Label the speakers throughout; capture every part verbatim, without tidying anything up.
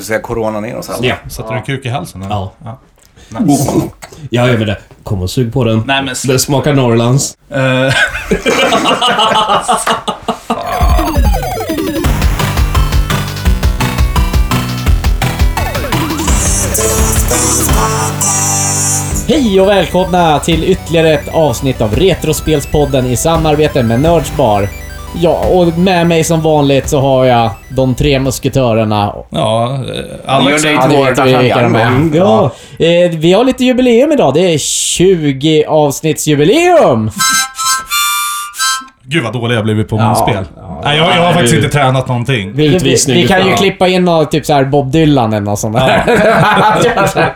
Speaker 1: du ska corona ner oss alla.
Speaker 2: Ja.
Speaker 3: Sätter du kuk i halsen? Eller?
Speaker 2: Ja.
Speaker 3: Ja.
Speaker 2: Nice. Jag gör med det. Kom och sug på den.
Speaker 3: Nej, men
Speaker 2: det smakar Norrlands.
Speaker 3: Uh.
Speaker 4: Hej och välkomna till ytterligare ett avsnitt av Retrospelspodden i samarbete med Nördsbar. Ja, och med mig som vanligt så har jag de tre musketörerna.
Speaker 3: Ja, Alex.
Speaker 1: Ja, det vet vi vilka de är.
Speaker 4: Ja, eh, vi har lite jubileum idag. Det är tjugo avsnittsjubileum.
Speaker 3: Gud vad dålig jag blivit på
Speaker 4: Ja,
Speaker 3: munspel.
Speaker 4: ja,
Speaker 3: Nej, jag, jag har faktiskt inte tränat någonting.
Speaker 4: Vi, vi, vi kan ju klippa in något, typ så här Bob Dylan eller något sånt där. Ja.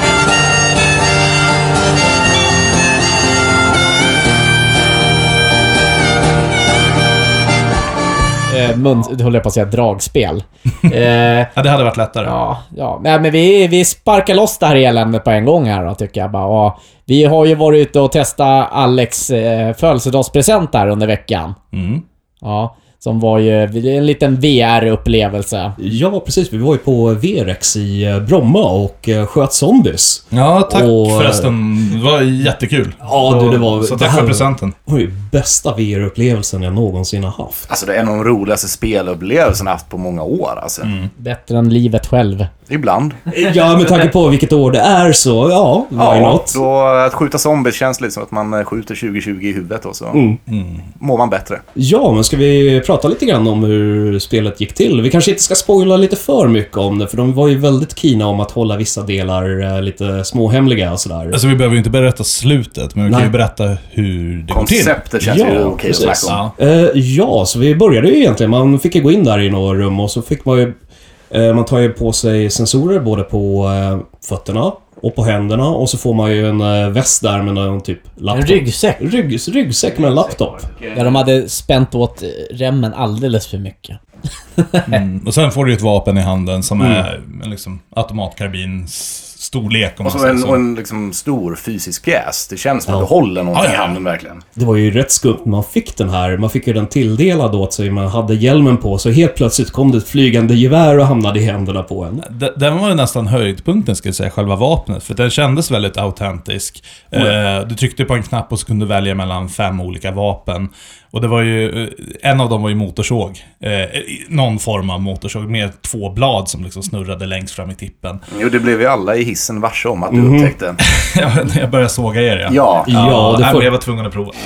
Speaker 4: Eh, mun, det håller jag på att säga dragspel. Eh,
Speaker 3: Ja, det hade varit lättare.
Speaker 4: ja, ja. Nej, men vi, vi sparkar loss det här eländet på en gång här då, tycker jag bara. Och vi har ju varit ute och testat Alex eh, födelsedagspresent där under veckan.
Speaker 3: Mm.
Speaker 4: Ja, som var ju en liten V R-upplevelse.
Speaker 2: Ja, precis. Vi var ju på V R X i Bromma och sköt zombies.
Speaker 3: Ja, tack
Speaker 2: och,
Speaker 3: förresten. Det var jättekul.
Speaker 2: Ja, du, det var...
Speaker 3: Så
Speaker 2: det
Speaker 3: tack för presenten.
Speaker 2: Det var ju bästa V R-upplevelsen jag någonsin har haft.
Speaker 1: Alltså det är en av de roligaste spelupplevelserna jag haft på många år alltså.
Speaker 3: Mm.
Speaker 4: Bättre än livet själv.
Speaker 1: Ibland.
Speaker 2: Ja, med tanke på vilket år det är så, ja, why
Speaker 1: Ja,
Speaker 2: not?
Speaker 1: då att skjuta zombies känns lite som att man skjuter tjugo tjugo i huvudet och så
Speaker 2: Mm.
Speaker 3: Mm.
Speaker 1: mår man bättre.
Speaker 2: Ja, men ska vi prata lite grann om hur spelet gick till? Vi kanske inte ska spoila lite för mycket om det, för de var ju väldigt kina om att hålla vissa delar eh, lite småhemliga och sådär.
Speaker 3: Alltså vi behöver ju inte berätta slutet, men vi
Speaker 2: Nej.
Speaker 3: kan ju berätta hur det går till.
Speaker 1: Konceptet känns
Speaker 2: Ja,
Speaker 1: ju okej att
Speaker 2: precis.
Speaker 1: snacka om.
Speaker 3: Ja.
Speaker 2: Eh, ja, så vi började ju egentligen. Man fick ju gå in där i några rum och så fick man ju... Eh, man tar ju på sig sensorer både på eh, fötterna och på händerna. Och så får man ju en eh, väst där med någon typ laptop.
Speaker 4: En ryggsäck.
Speaker 2: Rygg, ryggsäck med en laptop.
Speaker 4: Där de hade spänt åt remmen alldeles för mycket.
Speaker 3: Mm. Och sen får du ett vapen i handen som
Speaker 2: Mm.
Speaker 3: är en liksom automatkarbins storlek om
Speaker 1: Och
Speaker 3: man
Speaker 1: så
Speaker 3: säger
Speaker 1: en,
Speaker 3: så.
Speaker 1: och en liksom stor fysisk pjäs. Det känns som
Speaker 2: Ja.
Speaker 1: att du håller någonting
Speaker 3: Ja, ja, ja.
Speaker 1: i handen verkligen.
Speaker 2: Det var ju rätt skumt. Man fick den här, man fick ju den tilldelad åt sig. Man hade hjälmen på, så helt plötsligt kom det ett flygande gevär och hamnade i händerna på en.
Speaker 3: D- Den var ju nästan höjdpunkten, ska jag säga, själva vapnet. För den kändes väldigt autentisk.
Speaker 1: Mm.
Speaker 3: Eh, du tryckte på en knapp och så kunde du välja mellan fem olika vapen. Och det var ju, eh, en av dem var ju motorsåg. Eh, någon form av motorsåg med två blad som liksom snurrade längst fram i tippen.
Speaker 1: Jo, det blev ju alla i hissen varse om att du
Speaker 2: Mhm.
Speaker 1: upptäckte.
Speaker 3: Jag började såga er, ja.
Speaker 1: Ja.
Speaker 2: Ja, det
Speaker 3: nej,
Speaker 2: får-
Speaker 3: men jag var tvungen att prova.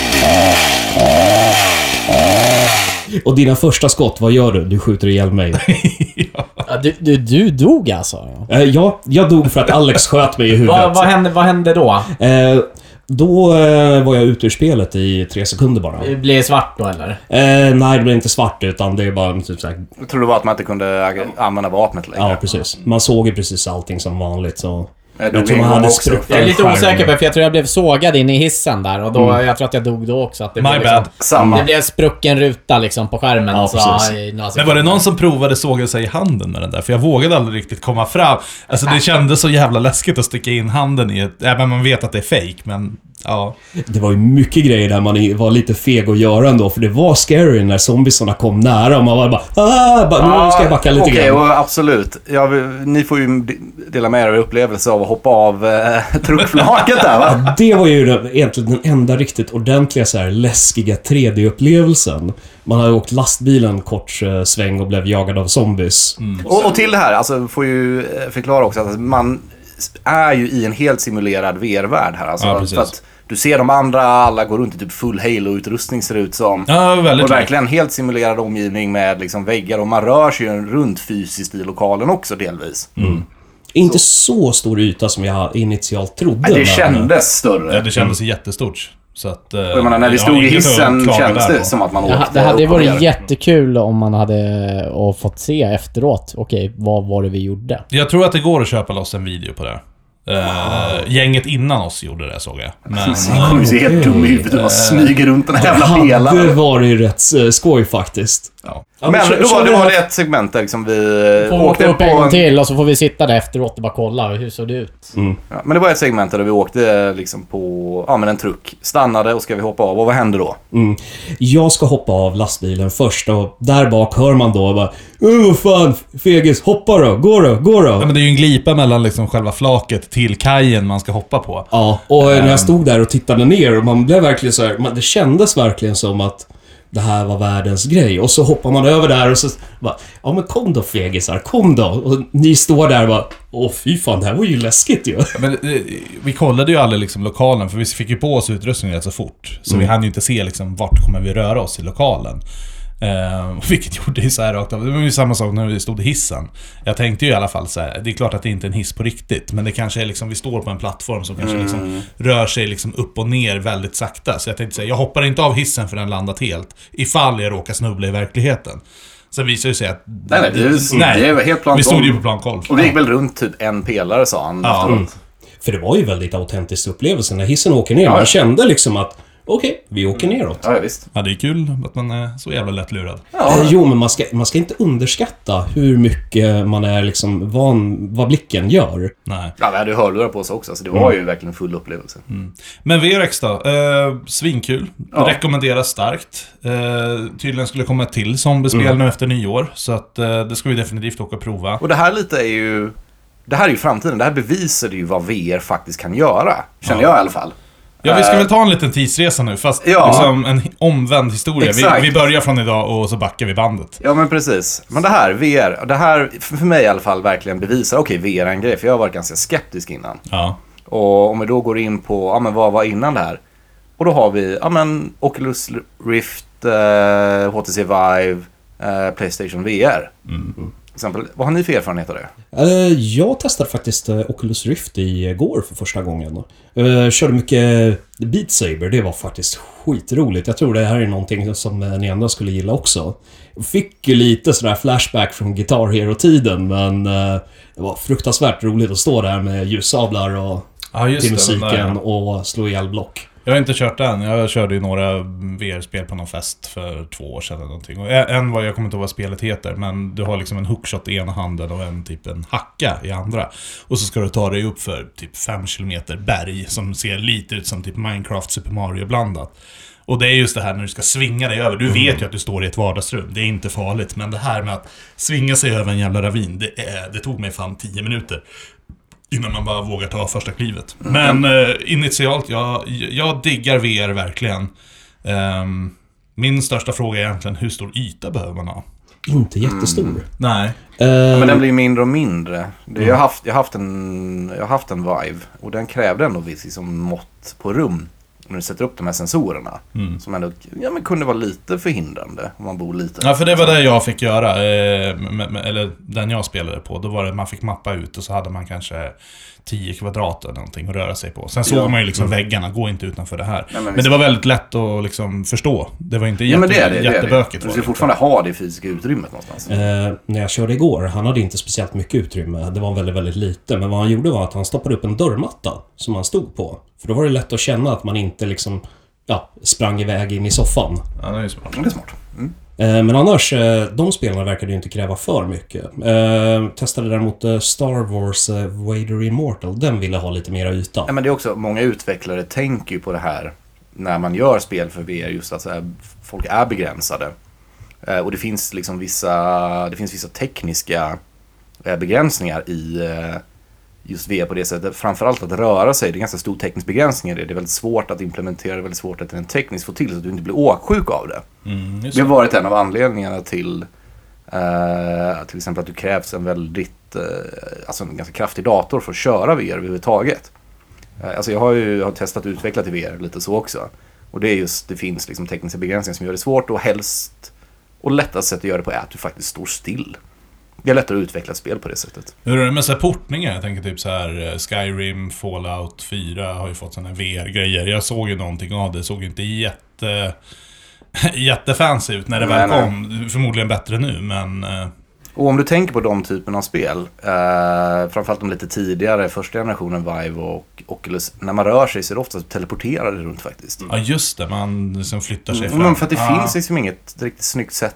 Speaker 2: Och dina första skott, vad gör du? Du skjuter ihjäl mig.
Speaker 4: Ja, du, du, du dog alltså?
Speaker 2: Eh, ja, jag dog för att Alex sköt mig i huvudet.
Speaker 4: Vad, vad, hände, vad hände då?
Speaker 2: Eh, då eh, var jag ute ur spelet i tre sekunder bara.
Speaker 4: Det blev svart då eller?
Speaker 2: Eh, nej, det blev inte svart utan det är bara typ såhär...
Speaker 1: Jag tror det var att man inte kunde ag- använda vapnet längre.
Speaker 2: Ja, precis. Man såg ju precis allting som vanligt så...
Speaker 1: Jag
Speaker 2: Jag
Speaker 1: dog
Speaker 2: tror
Speaker 1: en
Speaker 2: man
Speaker 1: gång
Speaker 2: hade
Speaker 1: också.
Speaker 2: spruckit.
Speaker 4: Jag är lite
Speaker 2: skärm.
Speaker 4: osäker på, för jag tror jag blev sågad in i hissen där. Och då, jag tror att jag dog då också. Att det
Speaker 3: My
Speaker 4: blev
Speaker 3: bad.
Speaker 4: liksom,
Speaker 1: Samma.
Speaker 4: det blev sprucken ruta liksom på skärmen.
Speaker 2: Ja,
Speaker 4: så,
Speaker 2: precis.
Speaker 4: i några
Speaker 3: Men var det
Speaker 4: sekunder.
Speaker 3: någon som provade såga sig i handen med den där? För jag vågade aldrig riktigt komma fram. Alltså det kändes så jävla läskigt att sticka in handen i ett... Även man vet att det är fake, men ja.
Speaker 2: Det var ju mycket grejer där man i- var lite feg att göra ändå. För det var scary när zombiesarna kom nära och man var bara... Ah, bara nu ska jag backa lite
Speaker 1: Okej,
Speaker 2: grann.
Speaker 1: och absolut. Ja, vi- ni får ju de- dela med er av upplevelser av att hoppa av eh, truckflaket där, va?
Speaker 2: Det var ju den, egentligen den enda riktigt ordentliga så här, läskiga tre D-upplevelsen. Man hade åkt lastbilen en kort eh, sväng och blev jagad av zombies.
Speaker 1: Och, och till det här, alltså får ju eh, förklara också att man är ju i en helt simulerad V R-värld här. Alltså,
Speaker 3: Ja, precis.
Speaker 1: för att du ser de andra, alla går runt i typ full Halo-utrustning ser det ut som.
Speaker 3: Ja, väldigt
Speaker 1: Och
Speaker 3: likt.
Speaker 1: verkligen helt simulerad omgivning med liksom väggar och man rör sig ju runt fysiskt i lokalen också delvis.
Speaker 2: Inte så stor yta som jag initialt trodde.
Speaker 1: Nej, det
Speaker 2: men-
Speaker 1: kändes större.
Speaker 3: Ja, det kändes jättestort. Så att... eh,
Speaker 1: Och jag menar, när vi
Speaker 3: jag har
Speaker 1: stod i
Speaker 3: inget att
Speaker 1: hissen
Speaker 3: klaga
Speaker 1: kändes
Speaker 3: där
Speaker 1: det
Speaker 3: på.
Speaker 1: som att man
Speaker 4: Det,
Speaker 1: åkte
Speaker 4: det hade ju
Speaker 1: upp och
Speaker 4: varit
Speaker 1: ner.
Speaker 4: jättekul om man hade och fått se efteråt. Okej, vad var det vi gjorde?
Speaker 3: Jag tror att det går att köpa loss en video på det. Uh, gänget innan oss gjorde det, såg jag. Men...
Speaker 1: Han kommer ju se helt dum i huvudet och bara smyger runt den här jävla
Speaker 2: Det
Speaker 1: pelaren.
Speaker 2: var ju rätt eh, skoj faktiskt.
Speaker 3: Ja.
Speaker 2: Ja,
Speaker 1: men
Speaker 2: kör,
Speaker 1: då var,
Speaker 2: kör
Speaker 1: det
Speaker 2: det
Speaker 1: var
Speaker 2: här.
Speaker 1: det ett segment där liksom vi
Speaker 4: Får
Speaker 1: åkte
Speaker 4: åka upp
Speaker 1: på
Speaker 4: en gång
Speaker 1: en,
Speaker 4: till och så får vi sitta där efteråt och bara kolla hur såg det ut.
Speaker 2: Mm.
Speaker 1: ja, men det var ett segment där vi åkte liksom på ja, men en truck. Stannade och ska vi hoppa av. Och vad hände då?
Speaker 2: Mm. Jag ska hoppa av lastbilen först och där bak hör man då bara Åh, vad fan, fegis, hoppa då, gå då, gå då.
Speaker 3: Ja, men det är ju en glipa mellan liksom själva flaket till kajen man ska hoppa på.
Speaker 2: Ja, och när jag stod där och tittade ner och man blev verkligen så här, man, det kändes verkligen som att det här var världens grej. Och så hoppar man över där och så bara, ja men kom då fegisar, kom då. Och ni står där och bara, åh fy fan, det här var ju läskigt ju.
Speaker 3: Men eh, vi kollade ju aldrig liksom lokalen, för vi fick ju på oss utrustningen rätt så fort. Så
Speaker 2: Mm.
Speaker 3: vi hann ju inte se liksom vart kommer vi röra oss i lokalen. Eh, vilket gjorde ju så här rakt av. Det var ju samma sak när vi stod i hissen. Jag tänkte ju i alla fall så här, det är klart att det inte är en hiss på riktigt, men det kanske är liksom, vi står på en plattform som kanske
Speaker 1: Mm.
Speaker 3: liksom rör sig liksom upp och ner väldigt sakta. Så jag tänkte säga, jag hoppar inte av hissen för den landat helt, ifall jag råkar snubbla i verkligheten. Sen visade det sig att
Speaker 1: Nej, nej, det,
Speaker 3: nej,
Speaker 1: det var helt plant
Speaker 3: vi stod ju
Speaker 1: om.
Speaker 3: på plankol.
Speaker 1: Och vi gick väl runt typ en pelare, sa han.
Speaker 3: Ja.
Speaker 1: efteråt.
Speaker 2: Mm. För det var ju väldigt autentisk upplevelse när hissen åker ner.
Speaker 1: Ja.
Speaker 2: Man kände liksom att okej, vi åker neråt.
Speaker 1: Ja, visst.
Speaker 3: Ja, det är kul att man är så jävla lätt lurad.
Speaker 1: Ja.
Speaker 2: Eh, Jo, men man ska, man ska inte underskatta hur mycket man är liksom van vad blicken gör.
Speaker 3: Nej.
Speaker 1: Ja, vi hade ju hörlurar på oss också, så det var ju verkligen full upplevelse.
Speaker 3: Men V R X då? Eh, svinkul.
Speaker 1: Ja.
Speaker 3: Rekommenderas starkt. Eh, tydligen skulle komma ett till zombiespel
Speaker 2: Mm.
Speaker 3: nu efter nyår. Så att eh, det ska vi definitivt åka och prova.
Speaker 1: Och det här lite är ju... Det här är ju framtiden. Det här bevisade ju vad V R faktiskt kan göra. Känner
Speaker 3: Ja.
Speaker 1: jag i alla fall.
Speaker 3: Ja, vi ska
Speaker 1: Eh,
Speaker 3: väl ta en liten tidsresa nu, fast
Speaker 1: Ja.
Speaker 3: liksom en omvänd historia.
Speaker 1: Exakt.
Speaker 3: Vi, vi börjar från idag och så backar vi bandet.
Speaker 1: Ja, men precis. Men det här, V R, det här för mig i alla fall verkligen bevisar, okej, V R är en grej, för jag har varit ganska skeptisk innan.
Speaker 3: Ja.
Speaker 1: Och om vi då går in på, ja men vad var innan det här? Och då har vi, ja men Oculus Rift, eh, H T C Vive, eh, PlayStation V R.
Speaker 3: Mm.
Speaker 1: Till exempel, vad har ni för erfarenhet av det?
Speaker 2: Eh, Jag testade faktiskt eh, Oculus Rift igår för första gången. Eh, Körde mycket Beat Saber, det var faktiskt skitroligt. Jag tror det här är någonting som eh, ni andra skulle gilla också. Jag fick ju lite sådär flashback från Guitar Hero-tiden, men eh, det var fruktansvärt roligt att stå där med ljussablar och
Speaker 3: Ja, just
Speaker 2: till
Speaker 3: det, den
Speaker 2: musiken
Speaker 3: där.
Speaker 2: och slå ihjäl block.
Speaker 3: Jag har inte kört den. Jag körde ju några V R-spel på någon fest för två år sedan eller någonting. Och en var, jag kommer inte ihåg vad spelet heter, men du har liksom en hookshot i ena handen och en typ en hacka i andra. Och så ska du ta dig upp för typ fem kilometer berg som ser lite ut som typ Minecraft Super Mario blandat. Och det är just det här när du ska svinga dig över. Du vet ju att du står i ett vardagsrum. Det är inte farligt, men det här med att svinga sig över en jävla ravin, det, är, det tog mig fan tio minuter. Innan man bara vågar ta första klivet. Men eh, initialt, jag, jag diggar V R verkligen. Ehm, min största fråga är egentligen, hur stor yta behöver man ha?
Speaker 2: Inte jättestor.
Speaker 1: Mm.
Speaker 3: Nej.
Speaker 2: Eh,
Speaker 1: Men den blir mindre och mindre. Det, jag, har haft, jag, har haft en, jag har haft en Vive och den krävde ändå viss liksom, mått på rum. När du sätter upp de här sensorerna.
Speaker 3: Mm.
Speaker 1: Som ändå ja, men kunde vara lite förhindrande om man bor lite.
Speaker 3: Ja, för det var det jag fick göra. Eh, med, med, eller den jag spelade på. Då var det, man fick mappa ut och så hade man kanske tio kvadrat eller någonting att röra sig på. Sen såg
Speaker 1: Ja.
Speaker 3: man ju liksom väggarna, gå inte utanför det här.
Speaker 1: men
Speaker 3: men,
Speaker 1: visst.
Speaker 3: det var väldigt lätt att liksom förstå. Det var inte jätte,
Speaker 1: Ja, men det är det. det, är det.
Speaker 3: jättebökigt.
Speaker 1: Du
Speaker 3: var
Speaker 1: ska
Speaker 3: det.
Speaker 1: fortfarande ha det fysiska utrymmet någonstans.
Speaker 2: Eh, när jag körde igår, han hade inte speciellt mycket utrymme. Det var väldigt, väldigt lite. Men vad han gjorde var att han stoppade upp en dörrmatta som han stod på. För då var det lätt att känna att man inte liksom, ja, sprang iväg in i soffan.
Speaker 3: Ja, det är ju smart.
Speaker 1: Det är smart. Mm.
Speaker 2: Eh, men annars, eh, de spelarna verkade ju inte kräva för mycket. Eh, testade däremot eh, Star Wars eh, Vader Immortal. Den ville ha lite mera yta.
Speaker 1: Ja, men det är också, många utvecklare tänker ju på det här när man gör spel för V R, just att så här, folk är begränsade. Eh, och det finns liksom vissa, det finns vissa tekniska eh, begränsningar i eh, just V R på det sättet. Framförallt att röra sig, det är ganska stor teknisk begränsning i det. Det är väldigt svårt att implementera, det är väldigt svårt att rent tekniskt få till så att du inte blir åksjuk av det.
Speaker 3: Mm, just
Speaker 1: Det
Speaker 3: det.
Speaker 1: har varit en av anledningarna till eh, till exempel att du krävs en väldigt, eh, alltså en ganska kraftig dator för att köra V R överhuvudtaget. Eh, alltså jag har ju jag har testat att utveckla till V R lite så också. Och det är just, det finns liksom tekniska begränsningar som gör det svårt och helst, och lättast sätt att göra det på är att du faktiskt står still. Det är lättare att utveckla ett spel på det sättet.
Speaker 3: Hur är det med så här portningar? Jag tänker typ så här eh, Skyrim, Fallout fyra har ju fått såna här V R-grejer. Jag såg ju någonting av det, såg ju inte jätte jättefancy ut när det
Speaker 1: Nej,
Speaker 3: väl
Speaker 1: nej.
Speaker 3: kom. Förmodligen bättre nu, men eh,
Speaker 1: Och om du tänker på de typen av spel, eh, framförallt de lite tidigare, första generationen Vive och Oculus, när man rör sig så är det ofta teleporterade runt faktiskt.
Speaker 3: ja just det, man liksom flyttar sig
Speaker 1: Mm,
Speaker 3: fram.
Speaker 1: men för att det
Speaker 3: Ja.
Speaker 1: finns liksom inget riktigt snyggt sätt att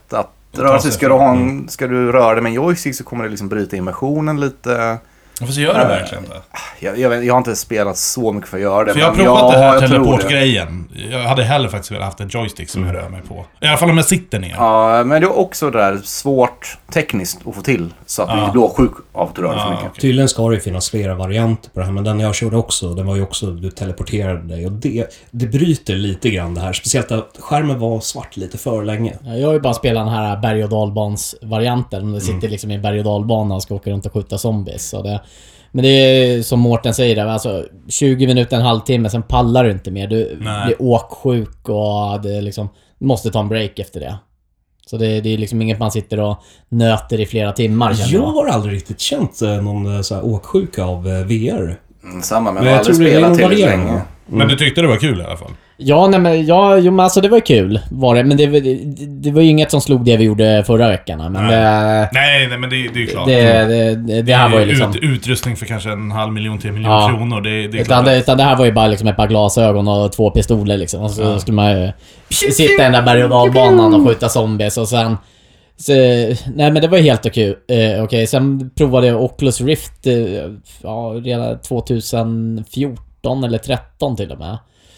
Speaker 1: röra sig. Ska du, ha en, ska du röra dig med en joystick så kommer det liksom bryta immersionen lite.
Speaker 3: Varför så gör det verkligen det?
Speaker 1: Jag, jag, jag har inte spelat så mycket för att göra det.
Speaker 3: För jag har
Speaker 1: men
Speaker 3: provat
Speaker 1: ja,
Speaker 3: det här
Speaker 1: jag tror
Speaker 3: teleportgrejen. Jag hade hellre faktiskt velat haft en joystick som jag rör mig på. I alla fall om jag sitter ner.
Speaker 1: Ja, men det är också det där svårt tekniskt att få till. Så att
Speaker 3: Ja.
Speaker 1: du inte blir sjuk av att du rör dig
Speaker 3: Ja,
Speaker 1: för mycket.
Speaker 3: okej.
Speaker 2: Tydligen ska det ju finnas flera varianter på det här, men den jag körde också, den var ju också, du teleporterade dig och det, det bryter lite grann det här. Speciellt att skärmen var svart lite för länge.
Speaker 4: Jag har ju bara spelat den här berg- och dalbans-varianten. Det sitter liksom i en berg- och dalbana och ska åka runt och skjuta zombies. Så det, men det är som Mårten säger där, alltså tjugo minuter, en halvtimme, sen pallar du inte mer. Du
Speaker 3: Nej.
Speaker 4: blir åksjuk och det liksom, du måste ta en break efter det. Så det, det är liksom inget man sitter och nöter i flera timmar, känner
Speaker 2: Jag
Speaker 4: jag.
Speaker 2: har aldrig riktigt känt eh, någon eh, så här åksjuka av eh, V R.
Speaker 1: Mm, samma, men
Speaker 2: Men
Speaker 1: jag har
Speaker 2: jag
Speaker 1: aldrig
Speaker 2: tror det är
Speaker 1: spelat
Speaker 2: nog
Speaker 1: tillräckligt
Speaker 2: varierande.
Speaker 1: länge.
Speaker 3: Men du tyckte det var kul i alla fall?
Speaker 4: Ja, nej men, ja, jo, men alltså det var ju kul var det, men det, det, det var ju inget som slog det vi gjorde förra veckan. Men
Speaker 3: Nej.
Speaker 4: det,
Speaker 3: Nej, nej men det, det är ju klart.
Speaker 4: det, det, det, det här var ju liksom...
Speaker 3: Ut, utrustning för kanske en halv miljon till en miljon
Speaker 4: Ja.
Speaker 3: kronor. Det, det är
Speaker 4: Utan
Speaker 3: klart.
Speaker 4: det, utan det här var ju bara liksom ett par glasögon och två pistoler liksom. Och så
Speaker 3: Ja.
Speaker 4: skulle man ju sitta i den där berg- och dalbanan och skjuta zombies och sen... Så, nej men det var ju helt okej. Eh, Okej, okay. Sen provade jag Oculus Rift eh, ja, redan tjugohundrafjorton eller tretton till och med.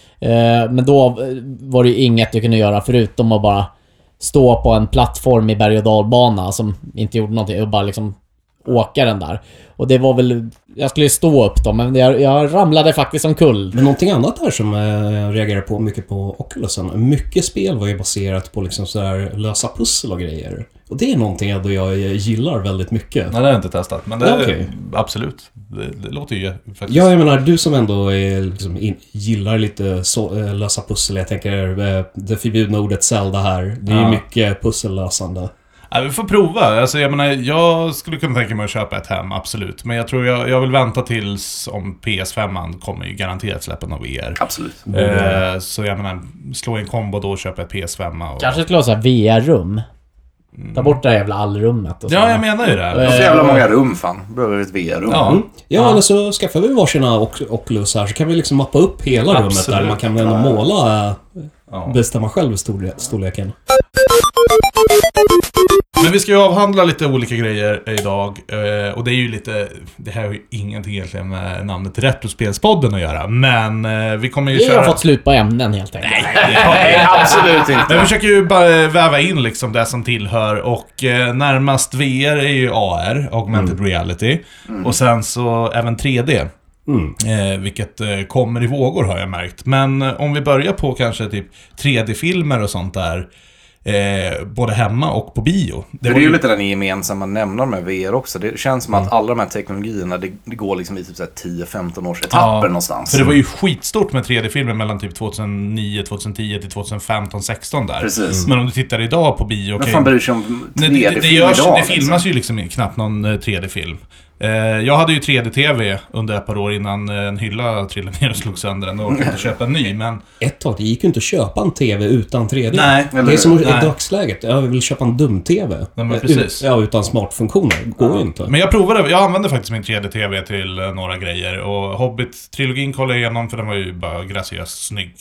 Speaker 4: Eh, men då var det ju inget du kunde göra förutom att bara stå på en plattform i berg- och dalbana som inte gjorde någonting och bara liksom åka den där. Och det var väl... Jag skulle ju stå upp då, men jag, jag ramlade faktiskt omkull.
Speaker 2: Men någonting annat där som jag reagerar på mycket på Oculusen. Mycket spel var ju baserat på liksom så här lösa pussel och grejer. Och det är någonting jag, jag gillar väldigt mycket.
Speaker 3: Nej, det har jag inte testat. Men det
Speaker 2: Ja, okej.
Speaker 3: absolut. Det, det låter ju faktiskt...
Speaker 2: Ja, jag menar, du som ändå är, liksom, in, gillar lite så, äh, lösa pussel. Jag tänker, äh, det förbjudna ordet Zelda här. Det är ju
Speaker 3: Ja.
Speaker 2: mycket pussellösande.
Speaker 3: Ja, vi får prova. Alltså, jag menar, jag skulle kunna tänka mig att köpa ett hem, absolut. Men jag tror jag, jag vill vänta tills om P S fem kommer ju garanterat släppa någon V R.
Speaker 1: Absolut.
Speaker 3: Eh, så jag menar, slå en kombo då och köpa ett P S fem. Och...
Speaker 4: Kanske skulle ha så här V R-rum. Ta bort det här jävla allrummet och så.
Speaker 3: Ja, jag menar ju det.
Speaker 1: Det är så jävla många rum, fan. Behöver ett V R-rum.
Speaker 3: Ja.
Speaker 2: Mm. Ja,
Speaker 4: Ja.
Speaker 2: eller så skaffar vi varsina Oc- Oculus här så kan vi liksom mappa upp hela rummet
Speaker 3: Absolut.
Speaker 2: där. Man kan ändå måla, äh,
Speaker 3: Ja.
Speaker 2: bestämma själv storle- storleken.
Speaker 3: Men vi ska ju avhandla lite olika grejer idag. eh, Och det är ju lite... Det här har ju ingenting egentligen med namnet Retrospelspodden att göra. Men eh, vi kommer ju
Speaker 4: Vi
Speaker 3: köra...
Speaker 4: har fått slut på ämnen helt enkelt.
Speaker 1: Nej, absolut
Speaker 3: Men vi
Speaker 1: inte.
Speaker 3: försöker ju bara väva in liksom det som tillhör. Och eh, närmast V R är ju A R, Augmented Reality. Och sen så även tre D.
Speaker 2: Mm.
Speaker 3: Eh, vilket eh, kommer i vågor har jag märkt. Men eh, om vi börjar på kanske typ tre D-filmer och sånt där. Eh, både hemma och på bio.
Speaker 1: Det är
Speaker 3: var
Speaker 1: ju lite den gemensamma nämnaren med V R också. Det känns som att alla de här teknologierna, det, det går liksom i typ så här tio femton års etapper någonstans.
Speaker 3: För det var ju skitstort med tre D-filmer mellan typ tjugohundranio, tjugohundratio till tjugohundrafemton sexton där.
Speaker 1: Precis.
Speaker 3: Men om du tittar idag på bio...
Speaker 1: Men
Speaker 3: okej,
Speaker 1: fan bryr sig om
Speaker 3: Nej,
Speaker 1: tre
Speaker 3: det, det,
Speaker 1: D-film
Speaker 3: görs,
Speaker 1: idag?
Speaker 3: det filmas ju liksom knappt någon eh, tre D-film. Eh, jag hade ju tre D-T V under ett par år innan eh, en hylla trillade ner och slog sönder den och orkade inte köpa en ny, men...
Speaker 2: Ett tag, det gick ju inte att köpa en T V utan tre D.
Speaker 3: Nej,
Speaker 1: eller
Speaker 2: Det är som
Speaker 1: hur?
Speaker 2: i
Speaker 3: Nej.
Speaker 2: dagsläget. Jag vill köpa en dum-T V.
Speaker 3: Ja, men precis.
Speaker 2: Ut, ja, utan smartfunktioner. Det går ju inte.
Speaker 3: Men jag provade, jag använde faktiskt min tre D-T V till eh, några grejer. Och Hobbit-trilogin kollade jag igenom för den var ju bara graciöst snygg.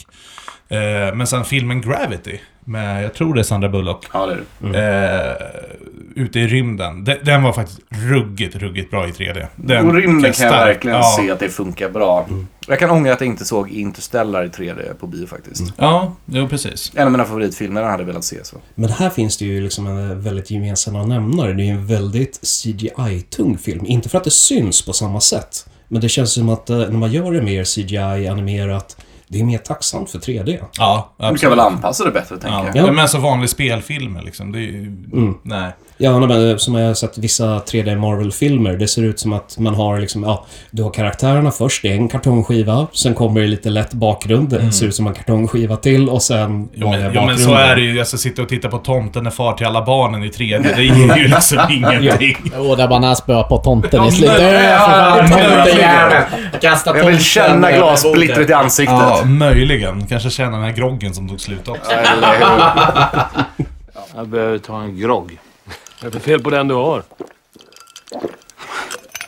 Speaker 3: Eh, men sen filmen Gravity med, jag tror det är Sandra Bullock.
Speaker 1: Ja, det är det.
Speaker 3: Eh, ute i rymden. Den, den var faktiskt ruggigt, ruggigt bra i tre D. Den
Speaker 1: Och rymden kan jag
Speaker 3: stark-
Speaker 1: verkligen
Speaker 3: ja.
Speaker 1: se att det funkar bra. Jag kan ångra att jag inte såg Interstellar i tre D på bio faktiskt.
Speaker 3: Ja, jo precis.
Speaker 1: En av mina favoritfilmer jag hade velat se så.
Speaker 2: Men här finns det ju liksom en väldigt gemensamma nämnare. Det är ju en väldigt C G I-tung film. Inte för att det syns på samma sätt. Men det känns som att eh, när man gör det mer C G I-animerat, det är mer tacksamt för tre D.
Speaker 3: Ja,
Speaker 1: Du kan väl anpassa det bättre, tänker
Speaker 3: Ja.
Speaker 1: jag.
Speaker 2: Ja.
Speaker 3: Ja. Men så vanlig spelfilmer liksom. Det är ju...
Speaker 2: Mm.
Speaker 3: Nej.
Speaker 2: Ja, men som jag har sett vissa tre D Marvel-filmer, det ser ut som att man har liksom, ja, du har karaktärerna först, det är en kartongskiva, sen kommer det lite lätt bakgrund, det ser ut som en kartongskiva till och sen
Speaker 3: Jo,
Speaker 2: vanliga
Speaker 3: men, jo, men så
Speaker 2: bakgrunder.
Speaker 3: är det ju. Jag ska sitta och titta på Tomten är far till alla barnen i tre D. Det ger ju liksom ingenting.
Speaker 4: Och där bara när spöar på tomten
Speaker 3: Ja,
Speaker 4: i slutet.
Speaker 3: men-
Speaker 4: Äh, för fan,
Speaker 1: Ja,
Speaker 4: tomtejävel. Kasta
Speaker 1: Jag vill
Speaker 4: tomten
Speaker 1: känna
Speaker 4: över
Speaker 1: glassplittret i
Speaker 4: bordet.
Speaker 1: ansiktet.
Speaker 3: Ja, möjligen. Kanske känna den här groggen som tog slut också.
Speaker 1: Eller hur?
Speaker 5: Jag behöver ta en grogg. Vad är det för fel på den du har?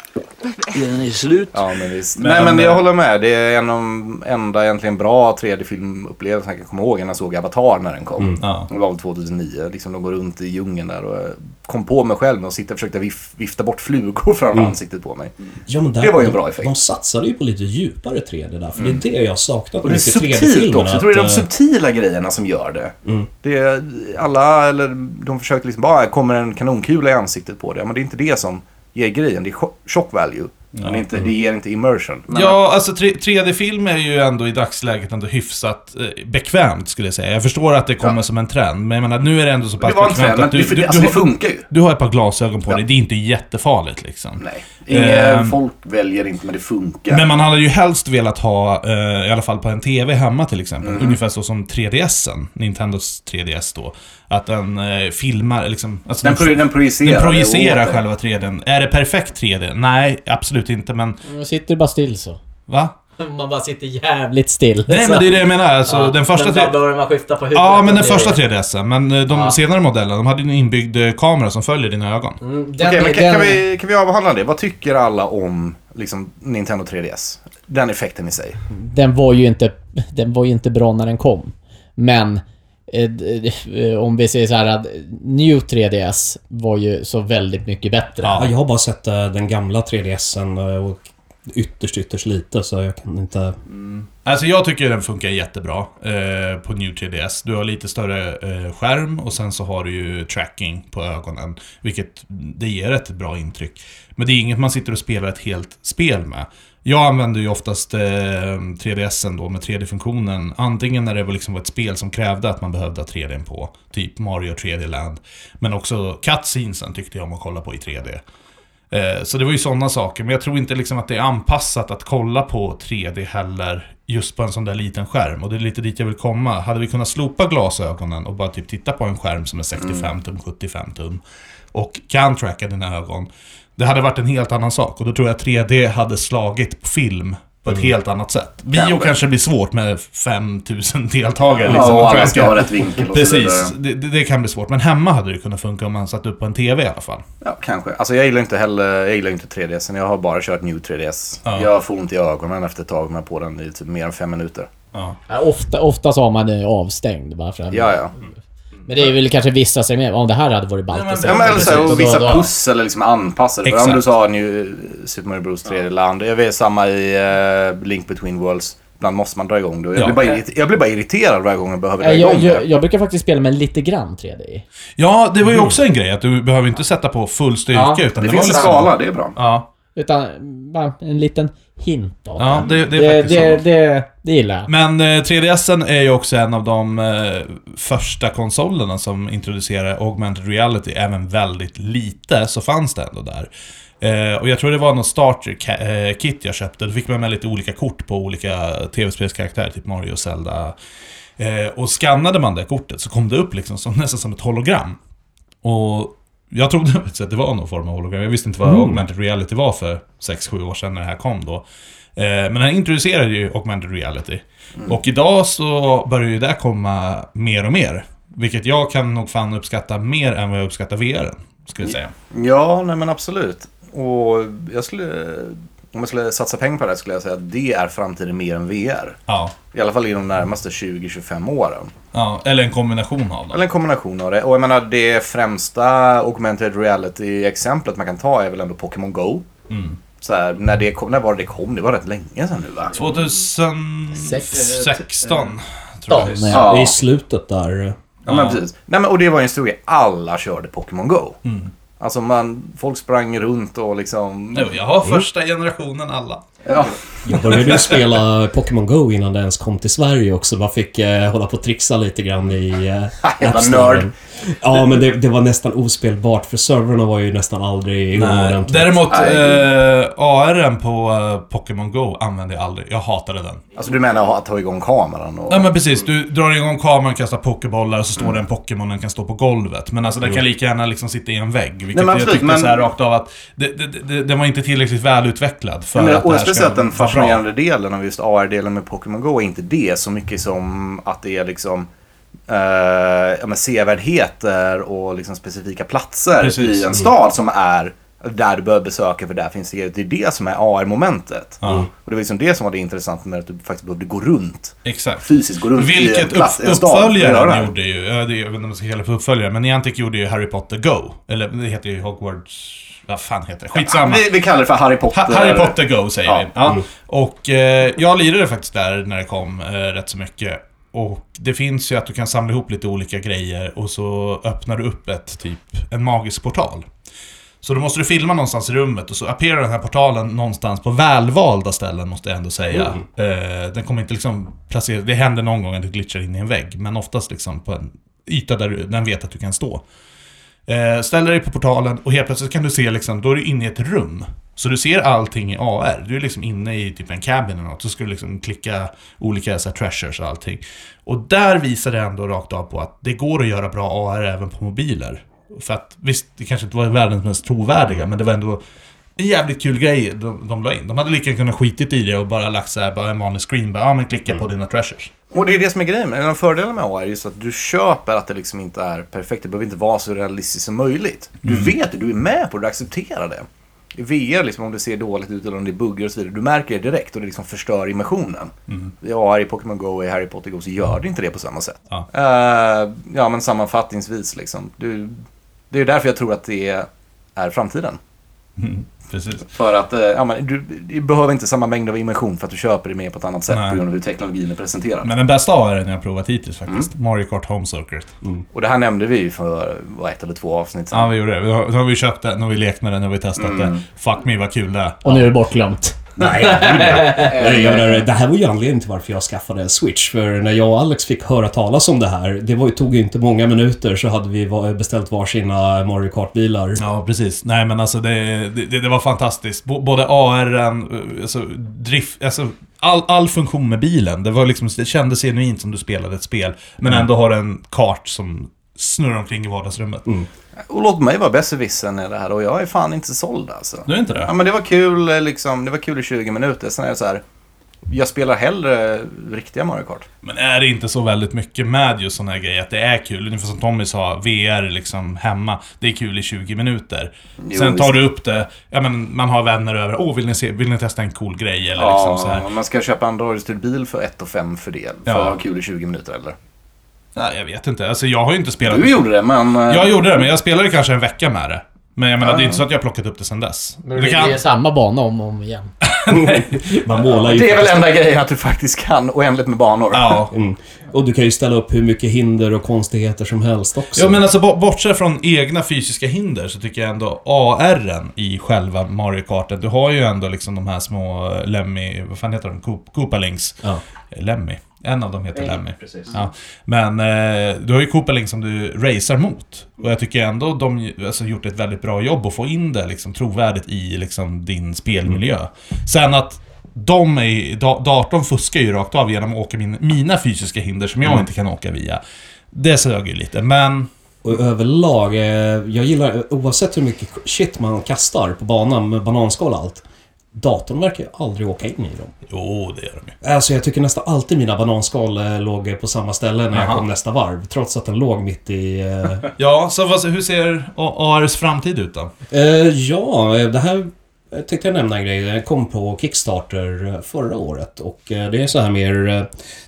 Speaker 5: Den är slut.
Speaker 1: Ja, men visst.
Speaker 3: Men-
Speaker 1: Nej, men jag håller med. Det är en av de enda egentligen bra tre D-filmupplevelser jag kan komma ihåg när jag såg Avatar när den kom.
Speaker 3: Ja.
Speaker 1: Det var väl tjugohundranio. Liksom de går runt i djungeln där och kom på mig själv och sitta och försökte vif- vifta bort flugor från
Speaker 2: Mm.
Speaker 1: ansiktet på mig.
Speaker 2: Ja, men där,
Speaker 1: Det var ju en
Speaker 2: de-
Speaker 1: bra effekt.
Speaker 2: De satsade ju på lite djupare tre D där, för det är det jag saknat
Speaker 1: Och det är
Speaker 2: mycket tre
Speaker 1: subtilt
Speaker 2: D-filmerna.
Speaker 1: också. Jag tror det är de
Speaker 2: att, eh,
Speaker 1: subtila grejerna som gör det.
Speaker 2: Mm.
Speaker 1: Det är alla, eller de försökte liksom bara, kommer en kanonkula i ansiktet på det. Men det är inte det som ger grejen. Det är cho- shock value. Men det, är inte, det ger inte immersion. Men
Speaker 3: Ja, alltså tre- 3D-film är ju ändå i dagsläget ändå hyfsat eh, bekvämt skulle jag säga. Jag förstår att det kommer
Speaker 1: Ja.
Speaker 3: som en trend, men jag menar nu är det ändå så
Speaker 1: det
Speaker 3: pass
Speaker 1: var inte
Speaker 3: bekvämt
Speaker 1: det, men
Speaker 3: att du,
Speaker 1: det, för
Speaker 3: du,
Speaker 1: det, alltså,
Speaker 3: du,
Speaker 1: det
Speaker 3: har,
Speaker 1: funkar ju.
Speaker 3: du har ett par glasögon på
Speaker 1: Ja.
Speaker 3: dig, det är inte jättefarligt liksom.
Speaker 1: Nej. Inga,
Speaker 3: Ehm.
Speaker 1: folk väljer inte, men det funkar.
Speaker 3: Men man hade ju helst velat ha, eh, i alla fall på en T V hemma till exempel, ungefär så som tre D S'en, Nintendos tre D S då, att den eh, filmar liksom... Alltså
Speaker 1: den, pro- den projicerar.
Speaker 3: den projicerar
Speaker 1: det åt dig.
Speaker 3: själva tre D. Är det perfekt tre D? Nej, absolut inte, men...
Speaker 4: Nu sitter bara still så.
Speaker 3: Va?
Speaker 4: Man bara sitter jävligt still.
Speaker 3: Nej, men det är det jag menar. Alltså,
Speaker 4: Ja,
Speaker 3: den första...
Speaker 4: men
Speaker 3: tre-
Speaker 4: bara börjar man skifta på huvudet.
Speaker 3: Ja, men
Speaker 4: och
Speaker 3: den
Speaker 4: det-
Speaker 3: första tre D S'en. Men eh, de
Speaker 4: Ja.
Speaker 3: senare modellerna, de hade ju en inbyggd eh, kamera som följer dina ögon.
Speaker 4: Mm, den,
Speaker 1: Okej, men kan,
Speaker 4: den,
Speaker 1: kan, vi, kan vi avhandla det? Vad tycker alla om liksom, Nintendo tre D S? Den effekten i sig.
Speaker 4: den var ju inte den var ju inte bra när den kom. Men eh, d- eh, om vi säger så här att New tre D S var ju så väldigt mycket bättre.
Speaker 2: Ja, jag har bara sett eh, den gamla tre D S'en eh, och ytterst, ytterst lite, så jag kan inte...
Speaker 3: Alltså jag tycker den funkar jättebra eh, på New tre D S. Du har lite större eh, skärm och sen så har du ju tracking på ögonen, vilket det ger ett bra intryck. Men det är inget man sitter och spelar ett helt spel med. Jag använder ju oftast eh, tre D S'en då med tre D-funktionen, antingen när det var liksom ett spel som krävde att man behövde ha tre D på, typ Mario tre D Land, men också cutscenesen tyckte jag om att kolla på i tre D. Eh, Så det var ju sådana saker. Men jag tror inte liksom att det är anpassat att kolla på tre D heller just på en sån där liten skärm. Och det är lite dit jag vill komma. Hade vi kunnat slopa glasögonen och bara typ titta på en skärm som är sextiofem tum, sjuttiofem tum och kan tracka dina ögon, det hade varit en helt annan sak. Och då tror jag att tre D hade slagit på film på ett helt annat sätt. Bio
Speaker 1: Kanske.
Speaker 3: kanske blir svårt med fem tusen deltagare.
Speaker 1: Ja,
Speaker 3: liksom,
Speaker 1: och
Speaker 3: och
Speaker 1: alla ska
Speaker 3: tracka.
Speaker 1: ha rätt vinkel och så
Speaker 3: Precis,
Speaker 1: vidare.
Speaker 3: det, det, det kan bli svårt. Men hemma hade det kunnat funka om man satt upp på en tv i alla fall.
Speaker 1: Ja, kanske. Alltså jag gillar inte heller, jag gillar inte tre D S. Jag har bara kört New tre D S.
Speaker 3: Ja.
Speaker 1: Jag får ont i ögonen efter ett tag med på den i typ mer än fem minuter.
Speaker 3: Ja.
Speaker 4: Ja, ofta, ofta så har man det avstängd bara för att-
Speaker 1: Ja, ja.
Speaker 4: Men det är väl kanske vissa som är om det här hade varit ballt.
Speaker 3: Ja, men-
Speaker 1: Ja, men eller så här,
Speaker 4: Precis,
Speaker 1: och vissa
Speaker 4: då- då-
Speaker 1: pussel är liksom anpassade. För
Speaker 3: Exakt.
Speaker 1: om du sa New Super Mario Bros tre D-land. Jag vet samma i uh, Link Between Worlds. Ibland måste man dra igång det. Jag,
Speaker 3: Ja.
Speaker 1: blir bara irriter- jag blir bara irriterad varje gång jag behöver dra
Speaker 4: Nej,
Speaker 1: igång
Speaker 4: jag,
Speaker 1: det.
Speaker 4: jag, jag brukar faktiskt spela med lite grann tre D i.
Speaker 3: Ja, det var ju också en grej att du behöver inte sätta på full styrka
Speaker 4: Ja,
Speaker 3: utan
Speaker 1: Det
Speaker 3: det, var
Speaker 1: finns en
Speaker 3: liksom...
Speaker 1: skala, det är bra.
Speaker 3: Ja,
Speaker 4: Utan bara en liten hint av
Speaker 3: ja det, det
Speaker 4: det.
Speaker 3: är
Speaker 4: Det,
Speaker 3: faktiskt
Speaker 4: det,
Speaker 3: så.
Speaker 4: det, det gillar jag.
Speaker 3: Men eh, tre D S'en är ju också en av de eh, första konsolerna som introducerade augmented reality. Även väldigt lite så fanns det ändå där. Eh, och jag tror det var någon starter ka- eh, kit jag köpte. Då fick man med lite olika kort på olika tv-spelskaraktärer, typ Mario och Zelda. Eh, och skannade man det kortet så kom det upp liksom som, nästan som ett hologram. Och jag trodde att det var någon form av hologram. Jag visste inte vad
Speaker 2: Mm.
Speaker 3: augmented reality var för sex sju år sedan när det här kom då. Eh, men den introducerade ju augmented reality. Och idag så börjar ju det komma mer och mer. Vilket jag kan nog fan uppskatta mer än vad jag uppskattar V R, skulle jag säga.
Speaker 1: Ja, nej men absolut. Och jag skulle... Om jag skulle satsa pengar på det skulle jag säga att det är framtiden mer än V R.
Speaker 3: Ja.
Speaker 1: I alla fall i de närmaste tjugo till tjugofem åren.
Speaker 3: Ja, eller en kombination av dem.
Speaker 1: Eller en kombination av det. Och jag menar, det främsta augmented reality-exemplet man kan ta är väl ändå Pokémon Go.
Speaker 3: Mm.
Speaker 1: Så här, när, det kom, när var det kom? Det var rätt länge sedan nu, va?
Speaker 3: tjugohundrasexton tror jag.
Speaker 4: Ja.
Speaker 1: Ja.
Speaker 2: Det är i slutet där.
Speaker 1: Ja, men precis. Nej, men, och det var ju en stor grej. Alla körde Pokémon Go.
Speaker 3: Mm.
Speaker 1: Alltså, man, folk sprang runt och liksom...
Speaker 3: Jo, jag har första generationen alla.
Speaker 1: Ja.
Speaker 2: Jag började ju spela Pokémon Go innan det ens kom till Sverige också. Man fick eh, hålla på och trixa lite grann i eh,
Speaker 1: Jävla
Speaker 2: App Store.
Speaker 1: nörd.
Speaker 2: Ja, men det, det var nästan ospelbart för servrarna var ju nästan aldrig igång
Speaker 3: Nej.
Speaker 2: ordentligt.
Speaker 3: Däremot
Speaker 1: Nej.
Speaker 3: eh, A R:en på eh, Pokémon Go använde jag aldrig. Jag hatade den.
Speaker 1: Alltså, du menar att ta igång kameran och...
Speaker 3: Ja men precis, du drar igång kameran, kastar pokébollar och så står det en Pokémon, den kan stå på golvet. Men alltså den kan lika gärna liksom sitta i en vägg. Vilket
Speaker 1: Nej, men
Speaker 3: jag
Speaker 1: absolut,
Speaker 3: tyckte
Speaker 1: men-
Speaker 3: så här rakt av att det, det, det, den var inte tillräckligt välutvecklad för
Speaker 1: Ja, men,
Speaker 3: att det
Speaker 1: och
Speaker 3: här
Speaker 1: jag skulle
Speaker 3: ska
Speaker 1: säga att den
Speaker 3: vara bra.
Speaker 1: fascinerande delen av just A R-delen med Pokémon Go är inte det så mycket som att det är liksom eh, ja, men sevärdheter och liksom specifika platser
Speaker 3: Precis.
Speaker 1: i en stad som är där du bör besöka, för där finns det, det är det som är A R-momentet.
Speaker 3: Ja.
Speaker 1: Och det var liksom det som var det intressant med att du faktiskt behövde gå runt.
Speaker 3: Exakt.
Speaker 1: Fysiskt gå runt
Speaker 3: Vilket
Speaker 1: i en plats,
Speaker 3: upp,
Speaker 1: en stad.
Speaker 3: uppföljaren gjorde ju, jag vet inte om man ska kalla det för uppföljare, men Niantic gjorde ju Harry Potter Go. Eller det heter ju Hogwarts, vad fan heter det? Skitsamma.
Speaker 1: Vi, vi kallar det för Harry Potter.
Speaker 3: Ha, Harry Potter Go säger
Speaker 1: Ja.
Speaker 3: vi. Ja.
Speaker 1: Mm.
Speaker 3: Och eh, jag lirade faktiskt där när det kom eh, rätt så mycket. Och det finns ju att du kan samla ihop lite olika grejer och så öppnar du upp ett typ en magisk portal. Så då måste du filma någonstans i rummet och så appearar den här portalen någonstans på välvalda ställen, måste jag ändå säga. Mm. Eh, den kommer inte liksom placera, det händer någon gång att du glitchar in i en vägg, men oftast liksom på en yta där du, den vet att du kan stå. Eh, ställer dig på portalen och helt plötsligt kan du se liksom, då är du inne i ett rum. Så du ser allting i A R. Du är liksom inne i typ en cabin eller något. Så ska du liksom klicka olika så här, treasures och allting. Och där visar det ändå rakt av på att det går att göra bra A R även på mobiler. För att visst, det kanske inte var världens mest trovärdiga, men det var ändå en jävligt kul grej de, de la in. De hade lika gärna kunnat skitit i det och bara lagt så här, bara en vanlig screen. Bara, ja men klicka mm. på dina treasures.
Speaker 1: Och det är det som är grejen. En av fördelarna med A R är just att du köper att det liksom inte är perfekt. Det behöver inte vara så realistiskt som möjligt. Du mm. vet det, du är med på det, du accepterar det. I V R, liksom, om det ser dåligt ut eller om det är buggar och så vidare, du märker det direkt och det liksom förstör immersionen. Mm. I A R, i Pokémon Go och i Harry Potter Go så gör det inte det på samma sätt. Ja, uh, ja men sammanfattningsvis liksom. Du, det är därför jag tror att det är framtiden.
Speaker 3: Mm. Precis.
Speaker 1: För att ja, men, du, du behöver inte samma mängd av immersion för att du köper det mer på ett annat sätt. Nej. På grund av hur teknologin är presenterad.
Speaker 3: Men den bästa A R jag har provat hittills faktiskt. Mm. Mario Kart Home Circuit.
Speaker 1: Mm. Och det här nämnde vi för vad, ett eller två avsnitt sedan.
Speaker 3: Ja, vi gjorde det. Nu har, har vi köpt det, nu har vi lekt med det, nu har vi testat mm. det. Fuck me, vad kul det är.
Speaker 4: Och nu är det bortglömt.
Speaker 2: Nej, det här var ju anledningen till varför jag skaffade en Switch. För när jag och Alex fick höra talas om det här, det var, tog ju inte många minuter så hade vi beställt varsina Mario Kart-bilar.
Speaker 3: Ja, precis. Nej, men alltså det, det, det var fantastiskt. B- både A R, alltså drift, alltså all, all funktion med bilen. Det var liksom, det kändes genuint som du spelade ett spel, men ändå har en kart som snurrar omkring i vardagsrummet. Mm.
Speaker 1: Och låt mig vara besserwissern i det här och jag är fan inte såld alltså.
Speaker 3: Du är inte det?
Speaker 1: Ja, men det var kul liksom, det var kul i tjugo minuter. Sen är det så här, jag spelar hellre riktiga Mario Kart.
Speaker 3: Men är det inte så väldigt mycket med just såna här grejer att det är kul? Ungefär som Tommy sa, V R liksom hemma, det är kul i tjugo minuter. Jo, sen tar du upp det, ja men man har vänner över, åh vill ni se, vill ni testa en cool grej eller
Speaker 1: ja,
Speaker 3: liksom så här.
Speaker 1: Man ska köpa en Android-styrd bil för ett och fem för det. För ja. Att ha kul i tjugo minuter eller?
Speaker 3: Nej, jag vet inte. Alltså jag har ju inte spelat.
Speaker 1: Du gjorde det, men
Speaker 3: jag gjorde det, men jag spelade kanske en vecka med det. Men jag menar, ja. Det är inte så att jag har plockat upp det sen dess.
Speaker 4: Men det kan... är samma bana om och om igen.
Speaker 2: Man målar ju
Speaker 1: det är väl enda grejen att du faktiskt kan oändligt med banor.
Speaker 3: Ja.
Speaker 2: Mm. Och du kan ju ställa upp hur mycket hinder och konstigheter som helst också.
Speaker 3: Ja, men alltså bortsett från egna fysiska hinder så tycker jag ändå A R:en i själva Mario Karten. Du har ju ändå liksom de här små Lemmy, vad fan heter de? Koopalings. Ja. Lemmy. En av dem heter Lemmy. Ja. Men eh, du har ju Koopaling som du racear mot. Och jag tycker ändå de alltså, gjort ett väldigt bra jobb att få in det liksom, trovärdigt i liksom, din spelmiljö. Mm. Sen att de är, da, datorn fuskar ju rakt av genom att åka min, mina fysiska hinder som jag mm. inte kan åka via. Det sög ju lite, men...
Speaker 2: Och överlag, eh, jag gillar oavsett hur mycket shit man kastar på banan med bananskal och allt. Datorn verkar ju aldrig åka in i dem.
Speaker 3: Jo, det gör de ju.
Speaker 2: Alltså jag tycker nästan alltid mina bananskal eh, låg på samma ställe när Aha. jag kom nästa varv. Trots att den låg mitt i... Eh...
Speaker 3: ja, så vad, hur ser A R:s framtid ut då?
Speaker 2: Eh, ja, det här jag tänkte jag nämna en grej. Den kom på Kickstarter förra året. Och eh, det är så här mer eh,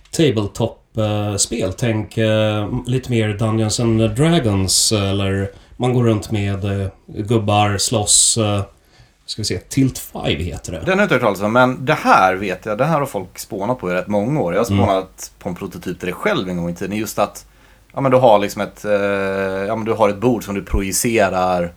Speaker 2: tabletop-spel. Tänk eh, lite mer Dungeons and Dragons. Eller man går runt med eh, gubbar, slåss... Eh, ska vi se, Tilt fem heter det.
Speaker 1: Den har jag inte hört talas om, men det här vet jag, det här har folk spånat på i rätt många år. Jag har spånat mm. på en prototyp till det själv en gång i tiden. Just att ja, men du har liksom ett, eh, ja, men du har ett bord som du projicerar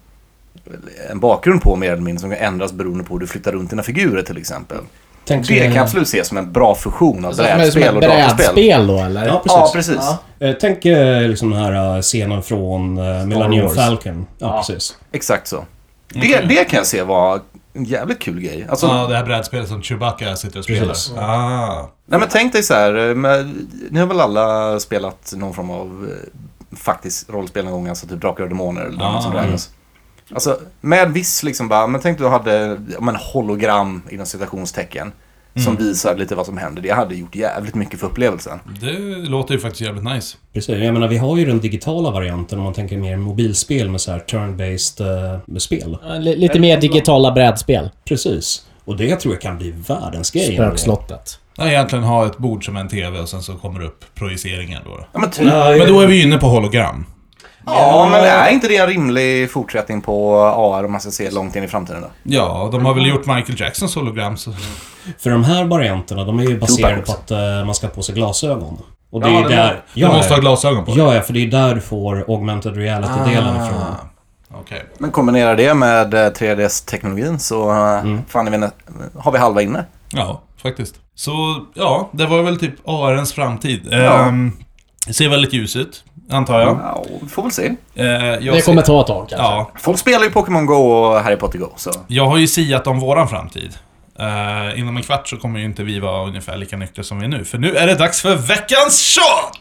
Speaker 1: en bakgrund på mer eller mindre som kan ändras beroende på hur du flyttar runt dina figurer till exempel. Tänk det kan jag absolut se som en bra fusion av brädspel och datorspel.
Speaker 4: Brädspel då, eller?
Speaker 2: Ja, precis.
Speaker 1: Ja, precis.
Speaker 2: Ja. Tänk liksom den här scenen från Millennium Falcon. Ja, ja, precis.
Speaker 1: Exakt så. Det, det kan jag se var en jävligt kul grej. Alltså,
Speaker 3: ja, det här brädspelet som Chewbacca sitter och spelar.
Speaker 2: Precis.
Speaker 3: Ah.
Speaker 1: Nej, men tänk dig så här. Med, ni har väl alla spelat någon form av faktiskt rollspel någon gång, alltså typ Drakar och Demoner eller
Speaker 3: ah,
Speaker 1: något som Dragons. Mm. Alltså, med viss liksom bara, men tänk du hade men hologram inom citationstecken. som visar lite vad som händer. Det hade gjort jävligt mycket för upplevelsen.
Speaker 3: Det låter ju faktiskt jävligt nice.
Speaker 2: Precis, jag menar vi har ju den digitala varianten om man tänker mer mobilspel med så här turn-based uh, spel.
Speaker 4: L- lite mer digitala brädspel.
Speaker 2: Precis. Och det tror jag kan bli världens grej.
Speaker 4: Spökslottet.
Speaker 3: Ja, egentligen ha ett bord som en tv och sen så kommer det upp projiceringar då.
Speaker 1: Ja, men, typ.
Speaker 3: Men då är vi inne på hologram.
Speaker 1: ja, men är inte det en rimlig fortsättning på A R om man ska se långt in i framtiden då?
Speaker 3: Ja, de har väl gjort Michael Jacksons hologram så...
Speaker 2: För de här varianterna, de är ju baserade
Speaker 1: Tupac.
Speaker 2: på att uh, man ska ha på sig glasögon. Och det
Speaker 3: Ja,
Speaker 2: är ju
Speaker 3: det
Speaker 2: där...
Speaker 3: Du måste ha glasögon på.
Speaker 2: Ja, ja, för det är där du får augmented reality-delen
Speaker 3: Ah.
Speaker 2: ifrån.
Speaker 3: Okej. Okay.
Speaker 1: Men kombinera det med eh, tre D S-teknologin så mm. fan är vi, nä- har vi halva inne.
Speaker 3: Ja, faktiskt. Så, ja, det var väl typ A R:ns framtid.
Speaker 1: Ja.
Speaker 3: Ehm, det ser väldigt ljus ut, antar jag.
Speaker 1: Ja, vi får väl se.
Speaker 3: Eh, jag
Speaker 4: Det kommer
Speaker 3: ser-
Speaker 4: ta ett tag kanske.
Speaker 3: Ja,
Speaker 1: Folk spelar ju Pokémon Go och Harry Potter Go, så...
Speaker 3: jag har ju siat om våran framtid. Uh, inom en kvart så kommer ju inte vi vara ungefär lika nyktra som vi är nu. För nu är det dags för veckans shot!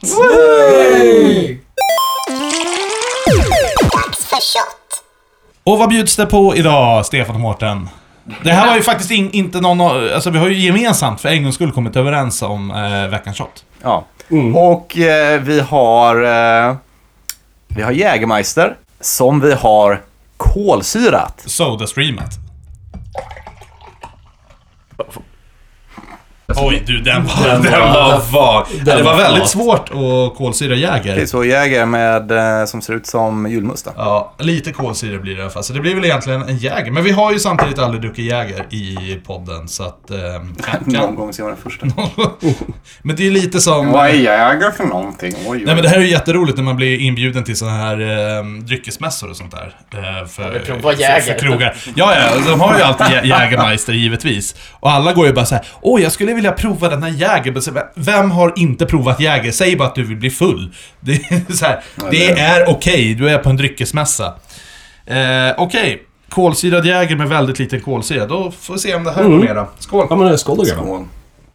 Speaker 5: Dags för shot.
Speaker 3: Och vad bjuds det på idag, Stefan och Mårten? Det här var ju faktiskt in, inte någon... Alltså vi har ju gemensamt för en gångs skull kommit överens om uh, veckans shot.
Speaker 1: Ja. Och eh, vi har... Eh, vi har Jägermeister som vi har kolsyrat.
Speaker 3: Soda-streamat. Oj, du, den var, den var vag. Det var väldigt svårt att kolsyra
Speaker 1: Det är
Speaker 3: Jäger.
Speaker 1: så Jäger med, eh, som ser ut som julmust.
Speaker 3: Ja, lite kolsyra blir det i alla fall. Så det blir väl egentligen en Jäger. Men vi har ju samtidigt aldrig druckit Jäger i podden. Så att... Eh, kan,
Speaker 1: Någon
Speaker 3: kan.
Speaker 1: gång ser jag den första.
Speaker 3: Men det är lite som...
Speaker 1: Vad är Jäger för någonting? Oj, oj.
Speaker 3: Nej, men det här är ju jätteroligt när man blir inbjuden till såna här eh, dryckesmässor och sånt där. Eh, för,
Speaker 4: vill prova Jäger.
Speaker 3: för, för krogar. Ja, ja, de har ju alltid Jä- Jägermeister givetvis. Och alla går ju bara så här: åh, jag skulle vilja prova den här Jäger. Men så, vem har inte provat Jäger? Säg bara att du vill bli full. Det är så här, det är okej, du är på en dryckesmässa. Eh, okej, kolsyrad Jäger med väldigt liten kolsyra. Då får vi se om det här går mera. Skål.
Speaker 2: Ja, men det är skål då, grabbar.
Speaker 1: Skål.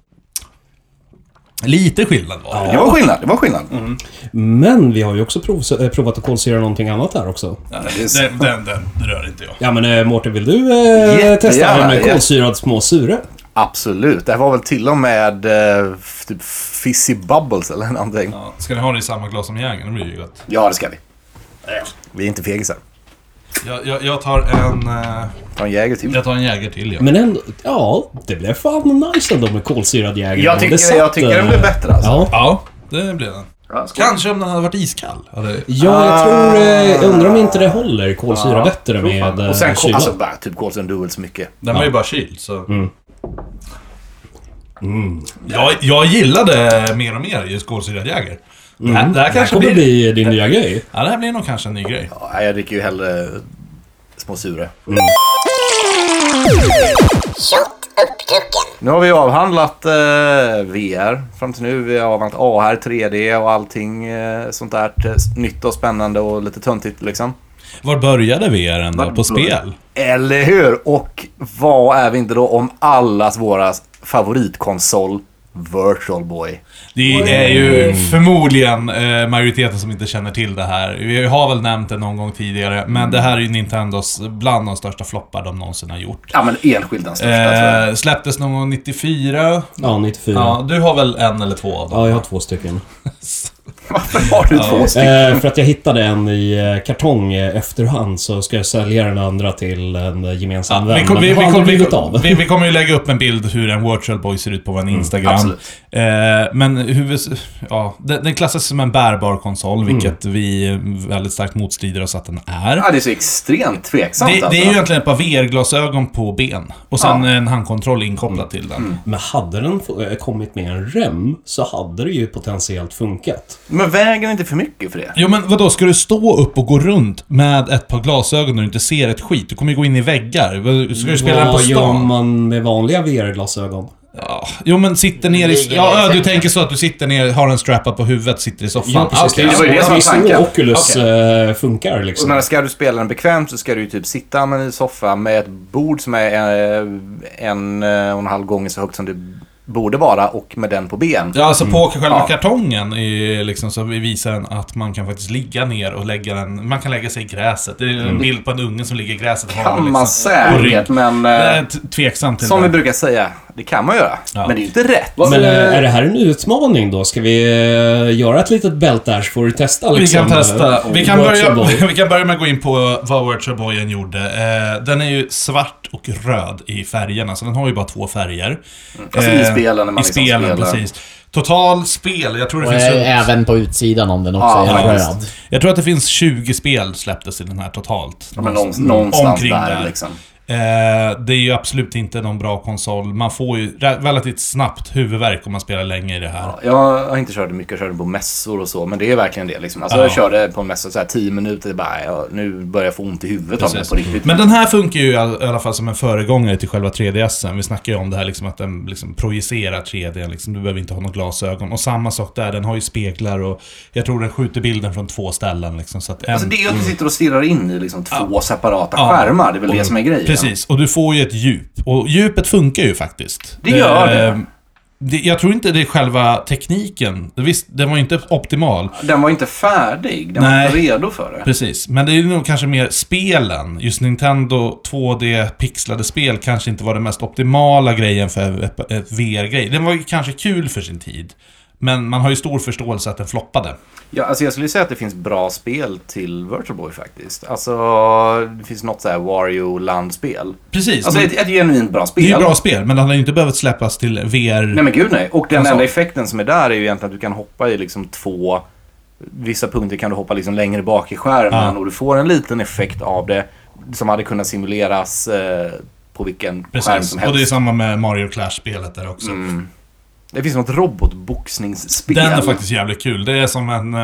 Speaker 3: Lite skillnad var det.
Speaker 1: Det var skillnad, det var skillnad.
Speaker 2: Men vi har ju också prov, eh, provat att kolsyra någonting annat här också.
Speaker 3: Ja,
Speaker 1: det är så.
Speaker 3: den, den, den rör inte jag.
Speaker 2: Ja men eh, Mårten, vill du eh,
Speaker 1: Jättegärna,
Speaker 2: testa här med
Speaker 1: jätte-
Speaker 2: kolsyrad små syre?
Speaker 1: Absolut. Det här var väl till och med eh, f- typ fizzy bubbles eller någonting. Ja,
Speaker 3: Ja, ska ni ha det i samma glas som Jäger? Det blir ju gott.
Speaker 1: det ska vi. Vi är inte fegisar.
Speaker 3: Jag, jag, jag tar en... eh,
Speaker 1: Ta en Jäger till.
Speaker 3: jag tar en Jäger till, ja.
Speaker 2: Men ändå, ja, det blev fan nice ändå med kolsyrad Jäger.
Speaker 1: Jag
Speaker 2: Det
Speaker 1: tycker,
Speaker 2: satt,
Speaker 1: jag tycker
Speaker 2: eh,
Speaker 1: den blev bättre alltså.
Speaker 2: Ja,
Speaker 3: Ja, det blev den.
Speaker 1: Ja, skål.
Speaker 3: Kanske om den hade varit iskall. Hade...
Speaker 2: ja jag tror, eh, jag undrar om inte det håller kolsyra
Speaker 1: Ja,
Speaker 2: bättre
Speaker 1: tror fan.
Speaker 2: med
Speaker 1: Och sen
Speaker 2: eh,
Speaker 1: kol,
Speaker 2: kyla.
Speaker 1: alltså bara typ kolsyran dubbelt så mycket.
Speaker 3: Den var ju bara kyld, så...
Speaker 2: Mm.
Speaker 3: Jag, jag gillade mer och mer i kolsyrad Jäger. Det här, det här
Speaker 2: Det här
Speaker 3: kanske
Speaker 2: kommer
Speaker 3: blir...
Speaker 2: bli din nya grej.
Speaker 3: Ja, det här blir nog kanske en ny grej.
Speaker 1: Ja, jag dricker ju hellre små sura.
Speaker 5: Shot uppdrucken.
Speaker 1: Nu har vi avhandlat eh, V R fram till nu. Vi har avhandlat A R, tre D och allting eh, sånt där eh, nytt och spännande och lite töntigt liksom.
Speaker 3: Var började V R ändå?
Speaker 1: Var
Speaker 3: På
Speaker 1: började-
Speaker 3: spel?
Speaker 1: Eller hur? Och vad är vi inte då om allas våra favoritkonsol Virtual Boy?
Speaker 3: Det är ju förmodligen eh, majoriteten som inte känner till det här. Vi har väl nämnt det någon gång tidigare, men det här är ju Nintendos bland de största floppar de någonsin har gjort.
Speaker 1: Ja, men enskilt den största tror jag.
Speaker 3: Eh, släpptes någon gång nittiofyra.
Speaker 2: Ja, nittiofyra.
Speaker 3: Ja, du har väl en eller två av dem?
Speaker 2: Ja, jag har två stycken.
Speaker 1: Varför har du två stycken?
Speaker 2: Eh, för att jag hittade en i eh, kartong eh, efterhand så ska jag sälja den andra till en eh, gemensam
Speaker 3: Ja,
Speaker 2: vän.
Speaker 3: vi, kom,
Speaker 2: Men
Speaker 3: vi,
Speaker 2: det
Speaker 3: vi,
Speaker 2: har
Speaker 3: kom,
Speaker 2: aldrig
Speaker 3: vi,
Speaker 2: blivit av.
Speaker 3: vi, vi kommer ju lägga upp en bild hur en Virtual Boy ser ut på vår Instagram.
Speaker 1: absolut.
Speaker 3: Eh, men huvud, ja, den, den klassas som en bärbar konsol, vilket vi väldigt starkt motstrider oss att den är.
Speaker 1: Ja, det är så extremt tveksamt
Speaker 3: Det, det
Speaker 1: alltså.
Speaker 3: är ju egentligen ett par V R-glasögon på ben. Och sen
Speaker 1: Ja.
Speaker 3: en handkontroll inkopplad till den.
Speaker 2: Men hade den få- eh, kommit med en rem så hade det ju potentiellt funkat.
Speaker 1: Men väger inte för mycket för det?
Speaker 3: Jo, men vadå? Ska du stå upp och gå runt med ett par glasögon när du inte ser ett skit? Du kommer ju gå in i väggar. Ska du spela den på
Speaker 2: Vad gör
Speaker 3: stan?
Speaker 2: man med vanliga V R-glasögon?
Speaker 3: Ja. Jo, men sitter ner i...
Speaker 4: Ligger
Speaker 3: Ja,
Speaker 4: ner i
Speaker 3: du
Speaker 4: sängen.
Speaker 3: tänker så att du sitter ner, har en strap på huvudet, sitter i soffan.
Speaker 2: Ja, precis.
Speaker 3: Okej.
Speaker 1: det var ju det som var
Speaker 2: så
Speaker 1: tanken.
Speaker 2: Oculus eh, funkar
Speaker 1: Och
Speaker 2: liksom.
Speaker 1: när ska du spela den bekvämt så ska du ju typ sitta med en soffa med ett bord som är eh, en eh, och en halv gånger så högt som det borde vara och med den på ben.
Speaker 3: Ja, alltså på själva
Speaker 1: Ja.
Speaker 3: kartongen är liksom så visar den att man kan faktiskt ligga ner och lägga den... Man kan lägga sig i gräset. Det är en bild på en unge som ligger i gräset. och har
Speaker 1: Kan
Speaker 3: liksom
Speaker 1: man
Speaker 3: på rygg.
Speaker 1: säkert, men
Speaker 3: Det är
Speaker 1: eh,
Speaker 3: t- tveksamt till
Speaker 1: som
Speaker 3: det.
Speaker 1: vi brukar säga, Det kan man göra.
Speaker 3: Ja.
Speaker 1: Men det är ju inte rätt.
Speaker 2: Men är det här en utmaning då? Ska vi uh, göra ett litet bältash för att testa liksom?
Speaker 3: Vi kan testa.
Speaker 2: Uh,
Speaker 3: vi, kan börja, vi kan börja med att gå in på vad Virtual Boyen gjorde. Uh, den är ju svart och röd i färgerna, så den har ju bara två färger.
Speaker 1: Mm. Alltså uh, i spelen när man
Speaker 3: I
Speaker 1: liksom
Speaker 3: spelen,
Speaker 1: spelar.
Speaker 3: Precis. Total spel, jag tror det
Speaker 4: och
Speaker 3: finns...
Speaker 4: även på utsidan om den också
Speaker 1: ja,
Speaker 4: är
Speaker 1: ja,
Speaker 4: röd.
Speaker 3: Jag tror att det finns tjugo spel släpptes i den här totalt.
Speaker 1: Ja, men någonstans, någonstans
Speaker 3: omkring
Speaker 1: där,
Speaker 3: där.
Speaker 1: liksom.
Speaker 3: Eh, det är ju absolut inte någon bra konsol. Man får ju relativt snabbt huvudvärk om man spelar länge i det här.
Speaker 1: Ja, jag har inte kört det mycket, jag körde på mässor och så, men det är verkligen det liksom. Alltså
Speaker 3: ja.
Speaker 1: jag körde på en mässa så här tio minuter, bara, ja, nu börjar jag få ont i huvudet av det på riktigt.
Speaker 3: Men den här funkar ju i alla fall som en föregångare till själva tre D S-en. Vi snackar ju om det här liksom, att den liksom projicerar tre D liksom. Du behöver inte ha några glasögon. Och samma sak där, den har ju speglar och jag tror den skjuter bilden från två ställen liksom, så att en...
Speaker 1: Alltså det är att du sitter och stirrar in i liksom två
Speaker 3: ja.
Speaker 1: separata
Speaker 3: ja.
Speaker 1: skärmar, det är väl
Speaker 3: och,
Speaker 1: det som är grejen.
Speaker 3: Precis, och du får ju ett djup. Och djupet funkar ju faktiskt.
Speaker 1: Det gör det.
Speaker 3: Eh, det jag tror inte det är själva tekniken. Visst, den var ju inte optimal.
Speaker 1: Den var inte färdig, den
Speaker 3: Nej.
Speaker 1: var inte redo för det.
Speaker 3: Precis, men det är nog kanske mer spelen. Just Nintendo två D-pixlade spel kanske inte var den mest optimala grejen för ett, ett V R-grej. Den var ju kanske kul för sin tid. Men man har ju stor förståelse att den floppade.
Speaker 1: Ja, alltså jag skulle säga att det finns bra spel till Virtual Boy faktiskt. Alltså, det finns något så här Wario-landspel.
Speaker 3: Precis.
Speaker 1: Alltså ett, ett genuint bra spel.
Speaker 3: Det är ju bra spel, men det hade ju inte behövt släppas till V R.
Speaker 1: Nej men gud nej. Och den
Speaker 3: Alltså.
Speaker 1: enda effekten som är där är ju egentligen att du kan hoppa i liksom två... Vissa punkter kan du hoppa liksom längre bak i skärmen
Speaker 3: Ja.
Speaker 1: och du får en liten effekt av det som hade kunnat simuleras eh, på vilken
Speaker 3: Precis.
Speaker 1: skärm som helst.
Speaker 3: Och det är samma med Mario Clash-spelet där också.
Speaker 1: Mm. Det finns något robotboxningsspel.
Speaker 3: Den är faktiskt jävligt kul. Det är som en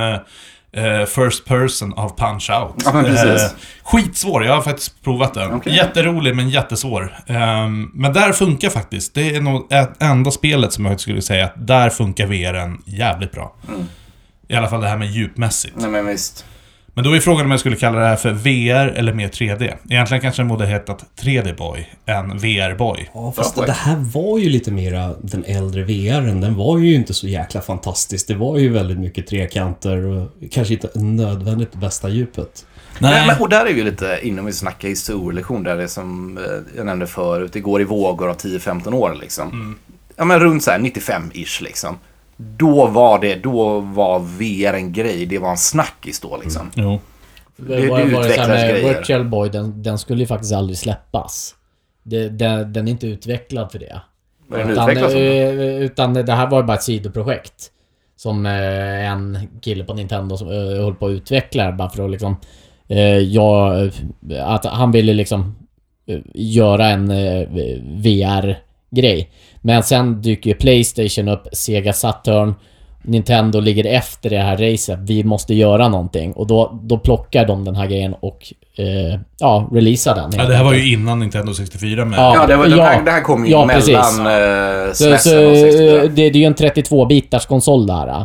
Speaker 3: uh, first person av Punch-Out.
Speaker 1: Ja, men precis.
Speaker 3: Uh, skitsvår, jag har faktiskt provat den.
Speaker 1: Okay.
Speaker 3: Jätterolig men jättesvår. Um, men där funkar faktiskt. Det är nog ett enda spelet som jag skulle säga att där funkar V R:en jävligt bra.
Speaker 1: Mm.
Speaker 3: I alla fall det här med djupmässigt.
Speaker 1: Nej men visst.
Speaker 3: Men då är frågan om jag skulle kalla det här för V R eller mer tre D. Egentligen kanske den borde hetat tre D-boy än V R-boy.
Speaker 2: Ja, fast det här var ju lite mera den äldre V R:en. Den var ju inte så jäkla fantastisk. Det var ju väldigt mycket trekanter och kanske inte nödvändigt det bästa djupet.
Speaker 3: Nej.
Speaker 1: Nej, men, och där är vi lite innan vi snackar historielektion där det är som eh, jag nämnde förut. Det går i vågor av tio femton år liksom.
Speaker 3: Mm.
Speaker 1: Ja men runt så här nittiofem-ish liksom. Då var det, då var V R en grej. Det var en snackis då liksom.
Speaker 3: Mm. Jo.
Speaker 1: Det,
Speaker 4: Det,
Speaker 1: det
Speaker 4: var, var det så
Speaker 1: utvecklas
Speaker 4: här med
Speaker 1: grejer.
Speaker 4: Virtual Boy, den, den skulle ju faktiskt aldrig släppas. Det, den, den är inte utvecklad för det.
Speaker 1: Vad är den
Speaker 4: Utan,
Speaker 1: utvecklad som?
Speaker 4: eh, utan det här var ju bara ett sidoprojekt. Som eh, en kille på Nintendo som eh, höll på att utveckla bara för att liksom... Eh, jag, att han ville liksom eh, göra en eh, V R-grej. Men sen dyker ju PlayStation upp, Sega Saturn, Nintendo ligger efter det här racet. Vi måste göra någonting. Och då, då plockar de den här grejen och eh, ja, releasar den.
Speaker 3: Ja, det här var ju innan Nintendo sextiofyra med.
Speaker 4: Ja.
Speaker 1: Ja, det, var, den
Speaker 4: Ja.
Speaker 1: här, det här kom ju
Speaker 4: Ja,
Speaker 1: mellan
Speaker 4: precis.
Speaker 1: eh,
Speaker 4: Så,
Speaker 1: SNESen
Speaker 4: så,
Speaker 1: och sextiofyra.
Speaker 4: det, det är ju en trettiotvå-bitars konsol där.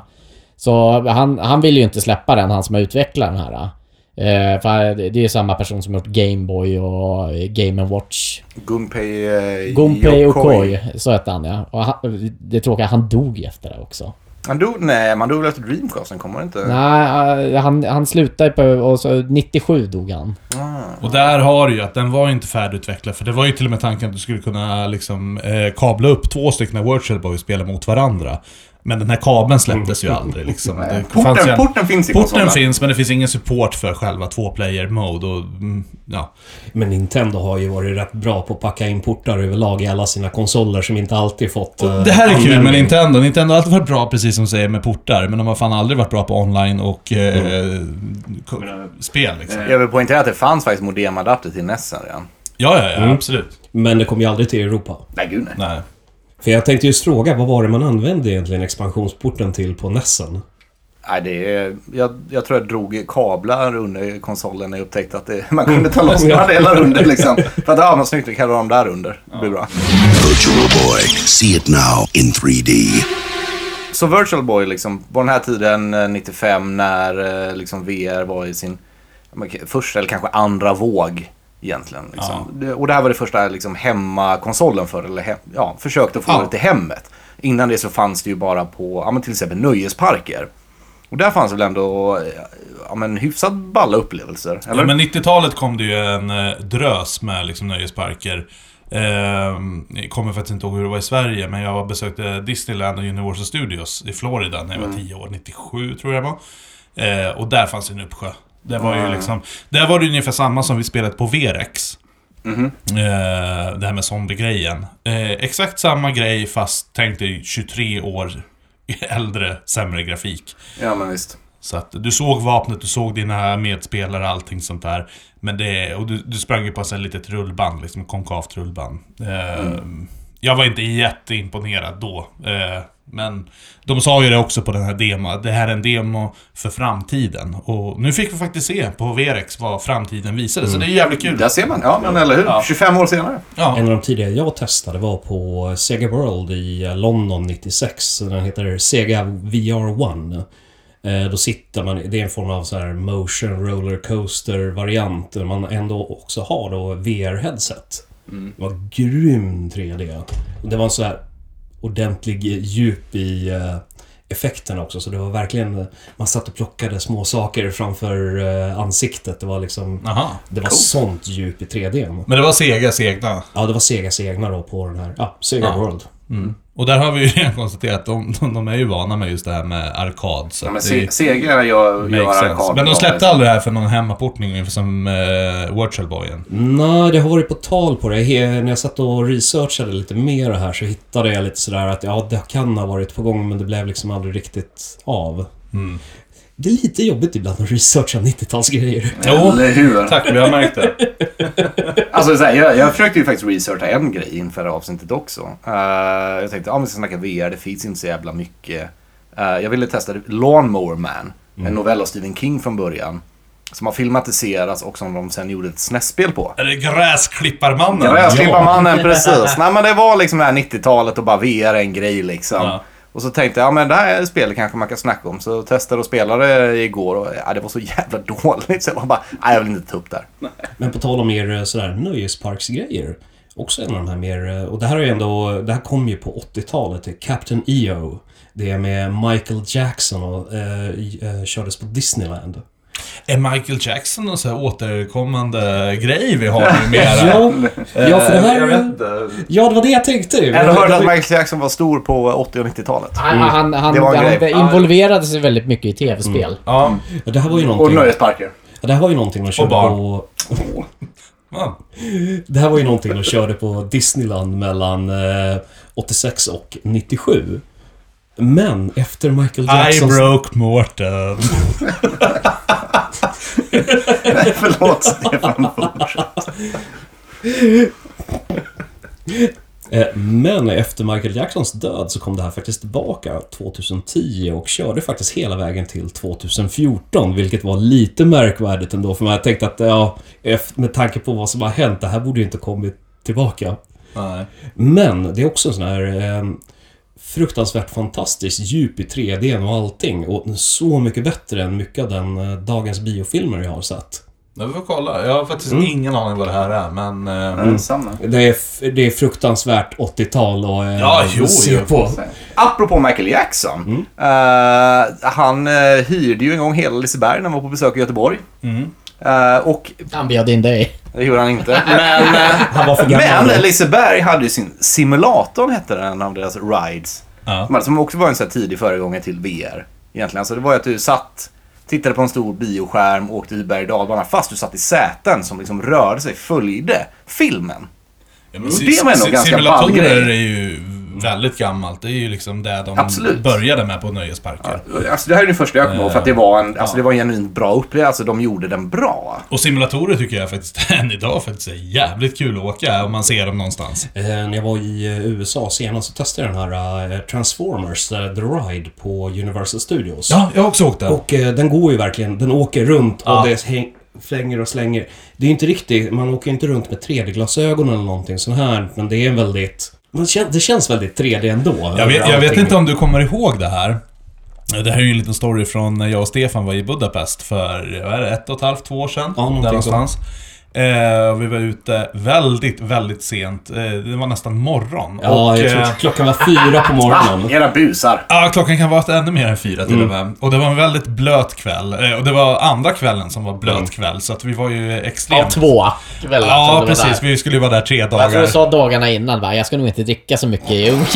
Speaker 4: Så han, han vill ju inte släppa den, han som har utvecklat den här. Eh, för det är ju samma person som har gjort Game Boy och Game and Watch.
Speaker 1: Gunpei eh,
Speaker 4: Gunpei
Speaker 1: Yokoi.
Speaker 4: Okoi, så hette han ja. Och han, det tråkiga, han dog ju efter det också.
Speaker 1: Han dog, nej, man dog väl efter Dreamcasten, kommer det inte?
Speaker 4: Nej, han, han slutade på, och så nittiosju dog han.
Speaker 1: Ah.
Speaker 3: Och där har du ju att den var inte färdigutvecklad. För det var ju till och med tanken att du skulle kunna liksom eh, kabla upp två stycken Virtual Boy och spela mot varandra. Men den här kabeln släpptes ju aldrig liksom.
Speaker 1: Nej.
Speaker 3: Det
Speaker 1: Porten,
Speaker 3: fanns ju en-
Speaker 1: porten finns i
Speaker 3: Porten
Speaker 1: konsolen.
Speaker 3: finns, men det finns ingen support för själva två-player-mode och mm, ja.
Speaker 2: Men Nintendo har ju varit rätt bra på att packa in portar överlag i alla sina konsoler som inte alltid fått... eh,
Speaker 3: Det här är kul med
Speaker 2: användning.
Speaker 3: Nintendo. Nintendo har alltid varit bra, precis som du säger, med portar. Men de har fan aldrig varit bra på online och eh, ko- spel liksom.
Speaker 1: Jag vill poängtera att det fanns faktiskt modemadapter till NESen redan.
Speaker 3: Ja, ja, ja,
Speaker 2: Mm.
Speaker 3: absolut.
Speaker 2: Men det kom ju aldrig till Europa.
Speaker 1: Nej, gud nej.
Speaker 3: Nej.
Speaker 2: För jag tänkte just fråga, vad var det man använde egentligen expansionsporten till på NESen?
Speaker 1: Nej, det är, jag, jag tror jag drog kablar under konsolen när jag upptäckte att det, man kunde ta loss några delar under liksom. För att ja, men snyggt, vi kan ha dem där under. Det blir bra.
Speaker 5: Virtual Boy. See it now in three D.
Speaker 1: Så Virtual Boy liksom, på den här tiden eh, nittiofem när eh, liksom V R var i sin ja, men, första eller kanske andra våg egentligen. Liksom. Det, och det här var det första liksom, hemmakonsolen för, eller hem, ja, försökte få
Speaker 3: Ja.
Speaker 1: det till hemmet. Innan det så fanns det ju bara på ja, men till exempel nöjesparker. Och där fanns väl ändå ja, men, hyfsat balla upplevelser. Eller?
Speaker 3: Ja, men nittiotalet kom det ju en eh, drös med liksom nöjesparker. Eh, jag kommer faktiskt inte ihåg hur det var i Sverige, men jag besökte Disneyland och Universal Studios i Florida när jag var tio år, nittiosju tror jag var. Eh, och där fanns en uppsjö. Det var ju liksom, där var det ungefär samma som vi spelat på V R X. Mm-hmm. Eh, det här med zombie-grejen. Eh, exakt samma grej, fast tänk dig tjugotre år äldre, sämre grafik.
Speaker 1: Ja, men visst.
Speaker 3: Så att du såg vapnet, du såg dina medspelare, allting sånt där. Men det, och du, du sprang ju på ett litet rullband, liksom konkavt rullband. Eh, mm. Jag var inte jätteimponerad då. Eh, men de sa ju det också på den här demo. Det här är en demo för framtiden. Och nu fick vi faktiskt se på V R X vad framtiden visade. Mm. Så det är jävligt kul.
Speaker 1: Där ser man, ja men eller hur? Ja. tjugofem år senare.
Speaker 2: Ja. En av de tidigare jag testade var på Sega World i London nittiosex. Den heter Sega V R One. Då sitter man, det är en form av så här motion roller coaster variant där man ändå också har då V R-headset. Mm. Det var grym tre D. Det var en så här ordentlig djup i uh, effekterna också, så det var verkligen, man satt och plockade små saker framför uh, ansiktet. Det var liksom,
Speaker 3: aha,
Speaker 2: det var
Speaker 3: cool.
Speaker 2: Sånt djup i tre D.
Speaker 3: Men det var Segas egna?
Speaker 2: Ja, det var Segas egna då på den här, ja, Sega ja. World.
Speaker 3: Mm. Och där har vi ju redan konstaterat att de, de, de är ju vana med just det här med arkad. Så
Speaker 1: ja, men Se- Sega gör, gör arkad.
Speaker 3: Men de släppte aldrig det här för någon hemmaportning som uh, Virtual Boyen.
Speaker 2: Nej, det har varit på tal på det. He- när jag satt och researchade lite mer här så hittade jag lite sådär att ja, det kan ha varit på gång, men det blev liksom aldrig riktigt av. Mm. Det är lite jobbigt ibland att researcha nittiotalsgrejer.
Speaker 1: Eller hur?
Speaker 3: Tack, vi har märkt det.
Speaker 1: Alltså så här, jag, jag försökte ju faktiskt researcha en grej inför avsnittet också. Uh, jag tänkte, ja men vi ska snacka V R, det finns inte så jävla mycket. Uh, jag ville testa Lawnmower Man, mm. en novell av Stephen King från början. Som har filmatiserats och som de sen gjorde ett S N E S-spel på.
Speaker 3: Är det Gräsklipparmannen?
Speaker 1: Gräsklipparmannen, ja. Precis. Nej men det var liksom det här nittiotalet och bara V R en grej liksom. Ja. Och så tänkte jag, ja men det här spelet kanske man kan snacka om. Så testade och spelade igår och ja, det var så jävla dåligt. Så jag var bara, nej jag vill inte ta upp där.
Speaker 2: Men på tal om mer sådär nöjesparksgrejer. Också en av de här mer, och det här är ju ändå, det här kom ju på åttiotalet, Captain E O. Det är med Michael Jackson och eh, eh, kördes på Disneyland.
Speaker 3: Är Michael Jackson en så här återkommande grej vi har nu mera?
Speaker 2: ja, ja, för det här, jag vet inte. Ja, det var det jag tänkte.
Speaker 1: Jag har hört att Michael Jackson var stor på åttio- och nittiotalet.
Speaker 4: Mm. Han, han, han, han involverade sig väldigt mycket i tv-spel. Mm.
Speaker 3: Ja.
Speaker 2: Ja, det här var ju någonting.
Speaker 1: Och nöjesparker.
Speaker 2: Ja, det här var ju någonting de körde på...
Speaker 3: Ja.
Speaker 2: Det här var ju någonting de körde på Disneyland mellan eh, åttiosex och nittiosju. Men efter Michael Jackson...
Speaker 3: I broke Morten.
Speaker 1: Nej, förlåt Stefan.
Speaker 2: Men efter Michael Jacksons död så kom det här faktiskt tillbaka tjugohundratio och körde faktiskt hela vägen till tjugohundrafjorton, vilket var lite märkvärdigt ändå, för jag tänkte att ja, med tanke på vad som har hänt, det här borde ju inte kommit tillbaka.
Speaker 3: Nej.
Speaker 2: Men det är också en sån här eh, fruktansvärt fantastiskt djup i tre D och allting, och så mycket bättre än mycket av den eh, dagens biofilmer jag har sett.
Speaker 3: Ja, vi får kolla. Jag har faktiskt mm. ingen aning vad det här är, men... Eh,
Speaker 1: mm. Samma.
Speaker 2: Det är, det är fruktansvärt åttiotal och... Eh,
Speaker 3: ja, jo,
Speaker 2: se på.
Speaker 1: Apropå Michael Jackson. Mm. Uh, han uh, hyrde ju en gång hela Liseberg när han var på besök i Göteborg. Mm. Uh, och...
Speaker 4: Han bjöd in dig.
Speaker 1: Det gjorde han inte. Men, uh,
Speaker 2: han var för gammal.
Speaker 1: Men Liseberg hade ju sin simulator, hette den, av deras rides. Ja. Som också var en så här tidig föregångare till V R. Egentligen. Alltså det var ju att du satt... tittade på en stor bioskärm och åkte i berg- och dalbana fast du satt i säten som liksom rörde sig, följde filmen.
Speaker 3: Ja, men det var ändå ganska ball grej. Simulatorer är ju väldigt gammalt. Det är ju liksom det de Absolut. började med på nöjesparker.
Speaker 1: Ja, alltså det här är det första jag kom på, för att det var en, alltså det var en genuint bra upplevelse. Alltså de gjorde den bra.
Speaker 3: Och simulatorer tycker jag faktiskt än idag faktiskt är jävligt kul att åka om man ser dem någonstans.
Speaker 2: Eh, när jag var i U S A senast så testade jag den här uh, Transformers uh, The Ride på Universal Studios.
Speaker 3: Ja, jag har också åkt den.
Speaker 2: Och uh, den går ju verkligen, den åker runt ja. och det häng, flänger och slänger. Det är inte riktigt, man åker inte runt med tre D-glasögon eller någonting sån här, men det är en väldigt... Det känns väldigt tre D ändå.
Speaker 3: Jag vet, jag vet inte om du kommer ihåg det här. Det här är ju en liten story från när jag och Stefan var i Budapest för vad är det, ett och ett halvt, två år sedan.
Speaker 2: Ja,
Speaker 3: där någonstans. Eh, vi var ute väldigt, väldigt sent. Eh, det var nästan morgon.
Speaker 2: Ja,
Speaker 3: och,
Speaker 2: jag tror
Speaker 3: eh,
Speaker 2: att klockan var fyra på morgonen.
Speaker 1: Era busar.
Speaker 3: Ja, klockan kan vara ännu mer än fyra till och med. Och det var en väldigt blöt kväll. Eh, och det var andra kvällen som var blöt kväll. Så att vi var ju extremt...
Speaker 4: Av två kvällar.
Speaker 3: Ja, precis. Vi skulle ju vara där tre dagar.
Speaker 4: Jag tror du sa dagarna innan, va? Jag ska nog inte dricka så mycket i ungen.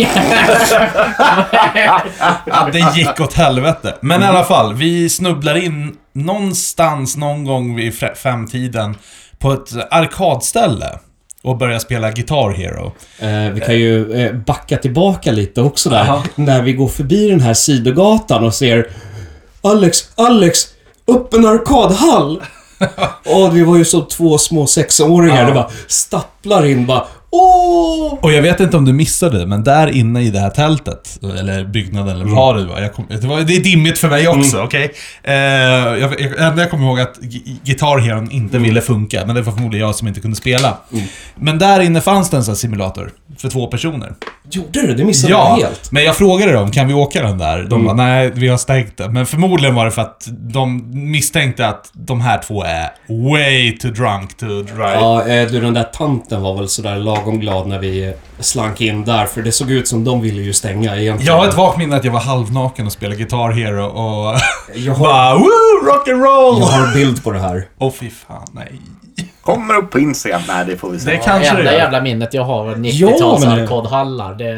Speaker 3: Ja, det gick åt helvete. Men i alla fall, vi snubblar in någonstans någon gång vid femtiden på ett arkadställe och börjar spela Guitar Hero.
Speaker 2: Eh, vi kan ju eh, backa tillbaka lite också där.
Speaker 3: Aha.
Speaker 2: När vi går förbi den här sidogatan och ser Alex, Alex, upp en arkadhall! Och vi var ju så två små sexåringar.
Speaker 3: Ja.
Speaker 2: Det bara stapplar in bara. Åh!
Speaker 3: Och jag vet inte om du missade det, men där inne i det här tältet, eller byggnaden, eller vad det var, jag kom, det var, det är dimmigt för mig också, mm. okej? Okay? Uh, jag, jag, jag kommer ihåg att Guitar Hero inte mm. ville funka, men det var förmodligen jag som inte kunde spela. Mm. Men där inne fanns det en sån här simulator för två personer.
Speaker 2: Gjorde du? Det missade
Speaker 3: ja,
Speaker 2: jag helt.
Speaker 3: Men jag frågade dem, kan vi åka den där? De mm. bara, nej, vi har stängt det. Men förmodligen var det för att de misstänkte att de här två är way too drunk to drive.
Speaker 2: Ja, du, den där tanten var väl sådär lagom glad när vi slank in där, för det såg ut som de ville ju stänga egentligen.
Speaker 3: Jag har ett vakt minne att jag var halvnaken och spelade Guitar Hero och
Speaker 2: jag har,
Speaker 3: bara, woo, rock and roll!
Speaker 2: Jag har bild på det här.
Speaker 3: Åh, oh, fy fan, nej.
Speaker 1: Kommer upp på Instagram. Nej, det får vi se.
Speaker 3: Det kanske
Speaker 4: det
Speaker 3: enda
Speaker 4: jävla minnet jag har nittio-tals
Speaker 2: ja, det...
Speaker 4: arkadhallar. Det,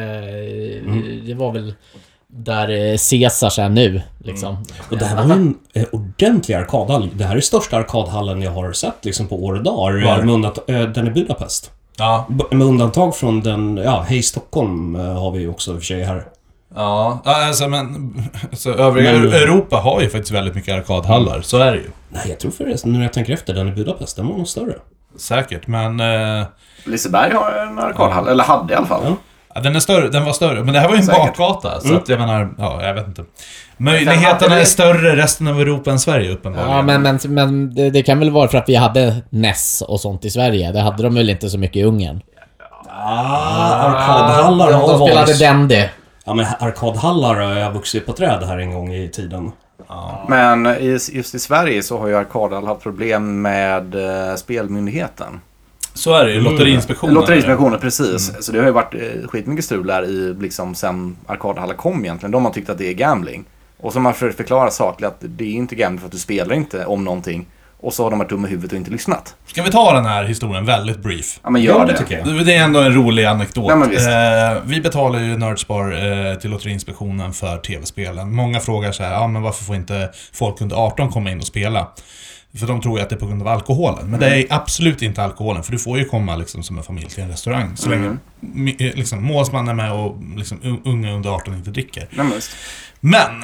Speaker 4: mm. det var väl där Caesars är nu, liksom. Mm.
Speaker 2: Och det här var en eh, ordentlig arkadhall. Det här är största arkadhallen jag har sett liksom på år och dagar. Med undantag, eh, den i Budapest.
Speaker 3: Ja.
Speaker 2: B- med undantag från den, ja, Hej Stockholm eh, har vi också i och för sig här.
Speaker 3: Ja, alltså men alltså, övriga men, Europa har ju faktiskt väldigt mycket arkadhallar, så är det ju.
Speaker 2: Nej, jag tror förresten, när jag tänker efter, den i Budapest, den var nog större.
Speaker 3: Säkert, men... Eh...
Speaker 1: Liseberg har en arkadhall, ja. Eller hade i alla fall.
Speaker 2: Ja.
Speaker 3: Ja, den är större, den var större, men det här var ju en
Speaker 1: Säkert.
Speaker 3: bakgata, så
Speaker 2: Mm.
Speaker 3: att jag menar, ja, jag vet inte. Möjligheterna är större resten av Europa än Sverige uppenbarligen.
Speaker 4: Ja, men, men, men det, det kan väl vara för att vi hade N E S och sånt i Sverige. Det hade de väl inte så mycket i Ungern.
Speaker 2: Ah, arkadhallar har
Speaker 4: de spelade Dendy.
Speaker 2: Ja, men arkadhallar har jag vuxit på träd här en gång i tiden.
Speaker 3: Ja.
Speaker 1: Men just i Sverige så har ju arkadhall haft problem med eh, spelmyndigheten.
Speaker 3: Så är det ju, Lotteriinspektionen.
Speaker 1: Lotteriinspektionen, precis. Mm. Så det har ju varit eh, skitmycket strul där i, liksom, sen arkadhallar kom egentligen. De har tyckt att det är gambling. Och så har man försökt förklara sakligt att det är inte gambling för att du spelar inte om någonting. Och så har de varit dumma i huvudet och inte lyssnat.
Speaker 3: Ska vi ta den här historien väldigt brief?
Speaker 1: Ja, men gör
Speaker 2: ja,
Speaker 1: det.
Speaker 2: Tycker jag.
Speaker 3: Det är ändå en rolig anekdot.
Speaker 1: Ja, men visst.
Speaker 3: eh, vi betalar ju Nerdspar eh, till Lotteriinspektionen för tv-spelen. Många frågar så här, ja men varför får inte folk under arton komma in och spela? För de tror ju att det är på grund av alkoholen. Men mm. det är absolut inte alkoholen. För du får ju komma liksom som en familj till en restaurang. Så länge mm. liksom, målsman är med och liksom, unga under arton inte dricker.
Speaker 1: Ja, men visst.
Speaker 3: Men...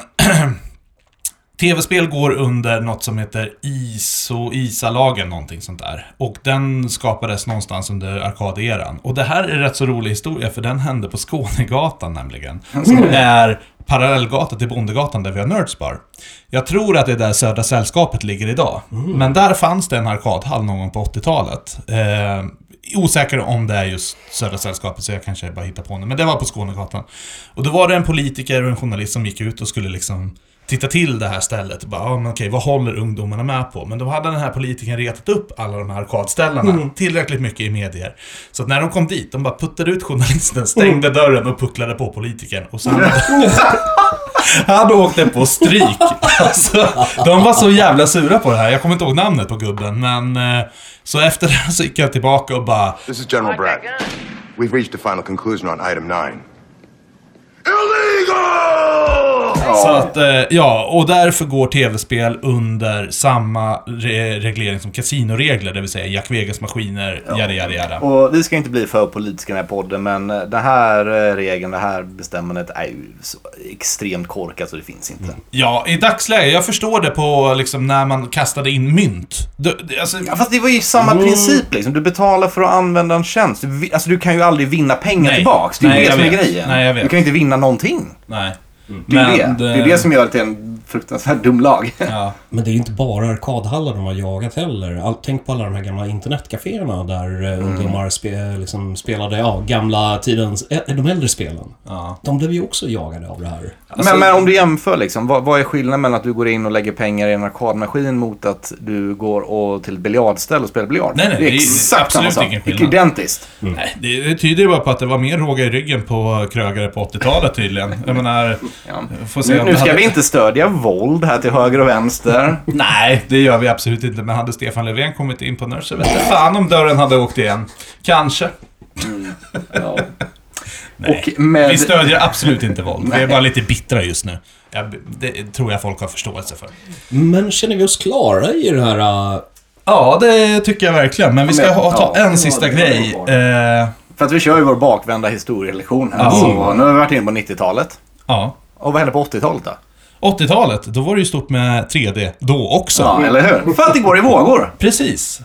Speaker 3: tv-spel går under något som heter I S O, I S A-lagen, någonting sånt där. Och den skapades någonstans under arkaderan. Och det här är en rätt så rolig historia, för den hände på Skånegatan nämligen. Som är parallellgatan till Bondegatan där vi har Nerdspar. Jag tror att det är där Södra Sällskapet ligger idag. Mm. Men där fanns det en arkadhall någon gång på åttiotalet. Eh, osäker om det är just Södra Sällskapet, så jag kanske bara hittar på det. Men det var på Skånegatan. Och då var det en politiker och en journalist som gick ut och skulle liksom titta till det här stället och bara, ja, men okej, vad håller ungdomarna med på? Men då hade den här politikern retat upp alla de här arkadställena mm. tillräckligt mycket i medier. Så att när de kom dit, de bara puttade ut journalisten, stängde mm. dörren och pucklade på politikern. Och så han, han åkte på stryk. Alltså, de var så jävla sura på det här. Jag kommer inte ihåg namnet på gubben, men så efter det så gick jag tillbaka och bara...
Speaker 6: This is General Bragg. We've reached a final conclusion on item nine. Illegal!
Speaker 3: Så att, ja, och därför går tv-spel under samma re- reglering som kasinoregler, det vill säga Jack Vegas-maskiner, ja. jada, jada, jada.
Speaker 1: Och vi ska inte bli för politiska i den här podden, men den här regeln, det här bestämmandet är ju så extremt korkat så det finns inte. Mm.
Speaker 3: Ja, i dagsläget, jag förstår det på liksom när man kastade in mynt. Du, alltså...
Speaker 1: ja, fast det var ju samma mm. princip liksom. Du betalar för att använda en tjänst. Du, alltså du kan ju aldrig vinna pengar
Speaker 3: Nej.
Speaker 1: tillbaks. Det är
Speaker 3: Nej,
Speaker 1: det som är
Speaker 3: vet.
Speaker 1: grejen.
Speaker 3: Nej, jag vet.
Speaker 1: Du kan inte vinna någonting.
Speaker 3: Nej.
Speaker 1: Mm. Det är det. Det... det är det som gör det till en fruktansvärt dum lag.
Speaker 3: Ja.
Speaker 2: Men det är ju inte bara arkadhallar de har jagat heller. All, tänk på alla de här gamla internetcaféerna där mm. ungdomar spe, liksom spelade ja, gamla tidens, de äldre spelen.
Speaker 3: Ja.
Speaker 2: De blev ju också jagade av det här.
Speaker 1: Alltså, men, men om du jämför, liksom, vad, vad är skillnaden mellan att du går in och lägger pengar i en arkadmaskin mot att du går och till ett biljardställ och spelar biljard?
Speaker 3: Nej, nej,
Speaker 1: det är
Speaker 3: det är
Speaker 1: exakt samma sak.
Speaker 3: ingen
Speaker 1: Det är
Speaker 3: skillnad.
Speaker 1: identiskt.
Speaker 3: Mm. Nej, det, det tyder ju bara på att det var mer råga i ryggen på krögare på åttiotalet tydligen. Jag menar,
Speaker 1: Ja.
Speaker 3: får se
Speaker 1: Nu,
Speaker 3: om
Speaker 1: nu
Speaker 3: det
Speaker 1: ska
Speaker 3: hade...
Speaker 1: vi inte stödja våld här till höger och vänster.
Speaker 3: Nej, det gör vi absolut inte. Men hade Stefan Löfven kommit in på Nurse, vet jag fan om dörren hade åkt igen. Kanske.
Speaker 1: Mm. Ja.
Speaker 3: Nej,
Speaker 1: Och med...
Speaker 3: vi stödjer absolut inte våld. Vi är bara lite bittra just nu. Jag, det tror jag folk har förståelse för.
Speaker 2: Men känner vi oss klara i det här... Uh...
Speaker 3: Ja, det tycker jag verkligen. Men vi ska ha, ta
Speaker 1: Ja,
Speaker 3: en sista grej. Eh,
Speaker 1: För att vi kör ju vår bakvända historielektion här.
Speaker 3: Ja.
Speaker 1: Så nu har vi varit inne på nittiotalet.
Speaker 3: ja.
Speaker 1: Och vad hände på åttiotalet då?
Speaker 3: åttiotalet, då var det ju stort med tre D då också.
Speaker 1: Ja, eller hur? För att det går i vågor.
Speaker 3: Precis.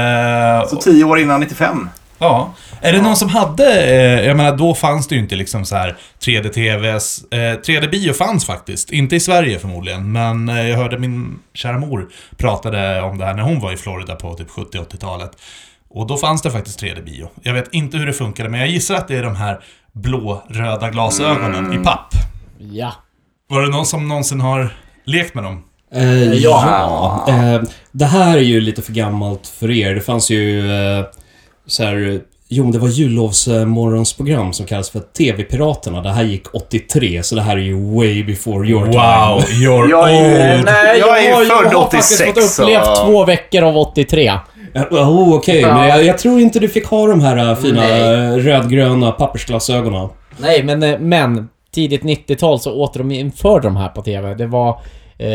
Speaker 3: Eh,
Speaker 1: Så tio år innan nittiofem.
Speaker 3: Ja. Är det någon som hade, eh, jag menar då fanns det ju inte liksom så här tre D-tvs, eh, tre D-bio fanns faktiskt, inte i Sverige förmodligen, men eh, jag hörde min kära mor pratade om det här när hon var i Florida på typ sjuttio-åttiotalet. Och då fanns det faktiskt tre D-bio. Jag vet inte hur det funkade, men jag gissar att det är de här blå-röda glasögonen mm. i papp.
Speaker 4: Ja.
Speaker 3: Var det någon som någonsin har lekt med dem?
Speaker 2: Uh, ja. Uh, det här är ju lite för gammalt för er. Det fanns ju uh, så här... Jo, det var jullovsmorgonsprogram som kallas för T V-piraterna. Det här gick åttiotre, så det här är ju way before your time.
Speaker 3: Wow, you're
Speaker 1: Jag är,
Speaker 3: old.
Speaker 4: Nej,
Speaker 1: jag är
Speaker 4: jag,
Speaker 1: ju född
Speaker 4: jag har faktiskt
Speaker 1: åttiosex.
Speaker 4: fått upplevt
Speaker 1: så...
Speaker 4: två veckor av åttiotre.
Speaker 2: Oh, okej, okay. Men jag, jag tror inte du fick ha de här uh, fina
Speaker 4: Nej.
Speaker 2: rödgröna pappersglasögonen.
Speaker 4: Nej, men, eh, men tidigt nittiotal så återinförde de här på T V. Det var... Eh,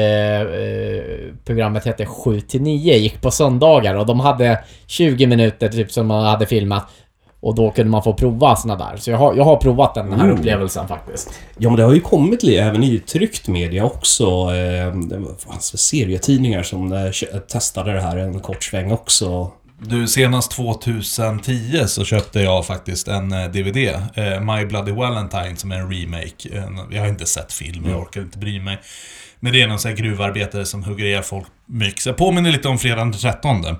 Speaker 4: eh, programmet hette sju till nio, gick på söndagar och de hade tjugo minuter typ som man hade filmat. Och då kunde man få prova såna där. Så jag har, jag har provat den här mm. upplevelsen faktiskt.
Speaker 2: Ja, men det har ju kommit även i tryckt media också. Eh, det fanns serietidningar som eh, testade det här en kort sväng också.
Speaker 3: Du, senast tjugohundratio så köpte jag faktiskt en D V D, eh, My Bloody Valentine, som är en remake. En, jag har inte sett film, jag orkar inte bry mig. Men det är någon sån här gruvarbetare som hugger ihjäl folk mycket. Så jag påminner lite om fredagen den trettonde.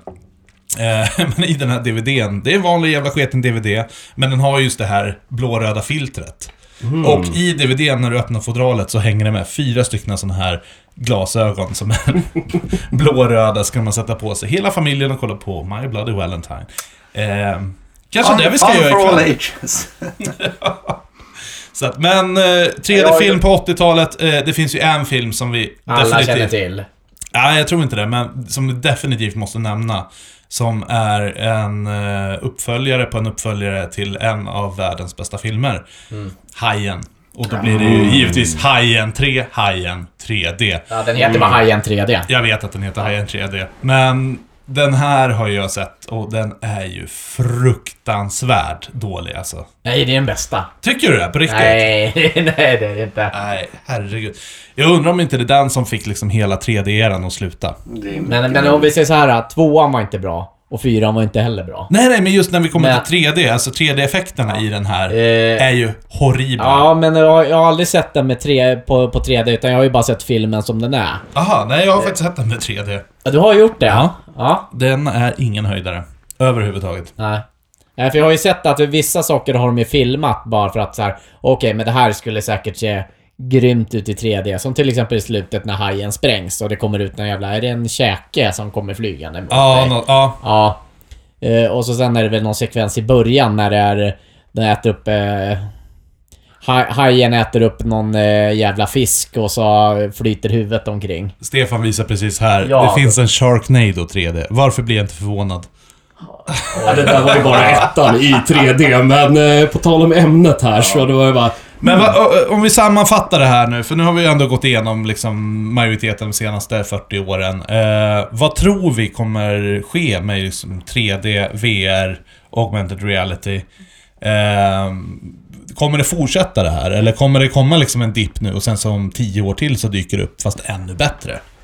Speaker 3: Eh, men i den här D V D:n, det är en vanlig jävla sketen D V D, men den har just det här blåröda filtret. Mm. Och i D V D:n när du öppnar fodralet så hänger det med fyra stycken såna här glasögon som är blåröda, ska man sätta på sig. Hela familjen och kolla på My Bloody Valentine. Eh, kanske det vi ska göra
Speaker 1: for all
Speaker 3: ikväll.
Speaker 1: ages.
Speaker 3: Så att, men eh, tre D-film på åttiotalet, eh, det finns ju en film som vi
Speaker 4: alla
Speaker 3: definitivt...
Speaker 4: känner till.
Speaker 3: Ja, jag tror inte det, men som vi definitivt måste nämna, som är en uh, uppföljare på en uppföljare till en av världens bästa filmer. Mm. Hajen. Och då blir det ju givetvis Hajen tre, Hajen tre D.
Speaker 4: Ja, den heter bara Hajen tre D.
Speaker 3: Jag vet att den heter Hajen tre D. Men den här har jag sett och den är ju fruktansvärt dålig alltså.
Speaker 4: Nej, det är den bästa.
Speaker 3: Tycker du det? På riktigt?
Speaker 4: Nej, nej det är det inte.
Speaker 3: Nej, herregud. Jag undrar om inte det är den som fick liksom hela tre D-eran att sluta.
Speaker 4: Men, men om vi säger så här, tvåan var inte bra. Och fyran var inte heller bra.
Speaker 3: Nej, nej, men just när vi kommer
Speaker 4: men,
Speaker 3: till tre D, alltså tre D-effekterna ja. i den här
Speaker 4: eh,
Speaker 3: är ju horribla.
Speaker 4: Ja, men jag, jag har aldrig sett den med tre, på, på tre D, utan jag har ju bara sett filmen som den är.
Speaker 3: Aha, nej, jag har faktiskt sett den med tre D.
Speaker 4: Ja, du har gjort det?
Speaker 3: Ja.
Speaker 4: Ja.
Speaker 3: Den är ingen höjdare. Överhuvudtaget.
Speaker 4: Nej. Nej, för jag har ju sett att vissa saker har de ju filmat bara för att så här, okej, okay, men det här skulle säkert se grymt ut i tre D. Som till exempel i slutet när hajen sprängs och det kommer ut någon jävla... Är det en käke som kommer flygande mot
Speaker 3: ja,
Speaker 4: dig?
Speaker 3: No, ja,
Speaker 4: ja. Uh, och så sen är det väl någon sekvens i början när det är... Den äter upp... Uh, hajen äter upp någon uh, jävla fisk och så flyter huvudet omkring.
Speaker 3: Stefan visar precis här.
Speaker 4: Ja,
Speaker 3: det finns en Sharknado tre D. Varför blir jag inte förvånad?
Speaker 2: Ja, det där var ju bara ettan i tre D. Men uh, på tal om ämnet här, ja. Så det var ju bara...
Speaker 3: Men va, om vi sammanfattar det här nu, för nu har vi ändå gått igenom liksom majoriteten de senaste fyrtio åren. Eh, vad tror vi kommer ske med liksom tre D, V R, augmented reality? Eh, kommer det fortsätta det här? Eller kommer det komma liksom en dipp nu och sen som tio år till så dyker det upp, fast ännu bättre?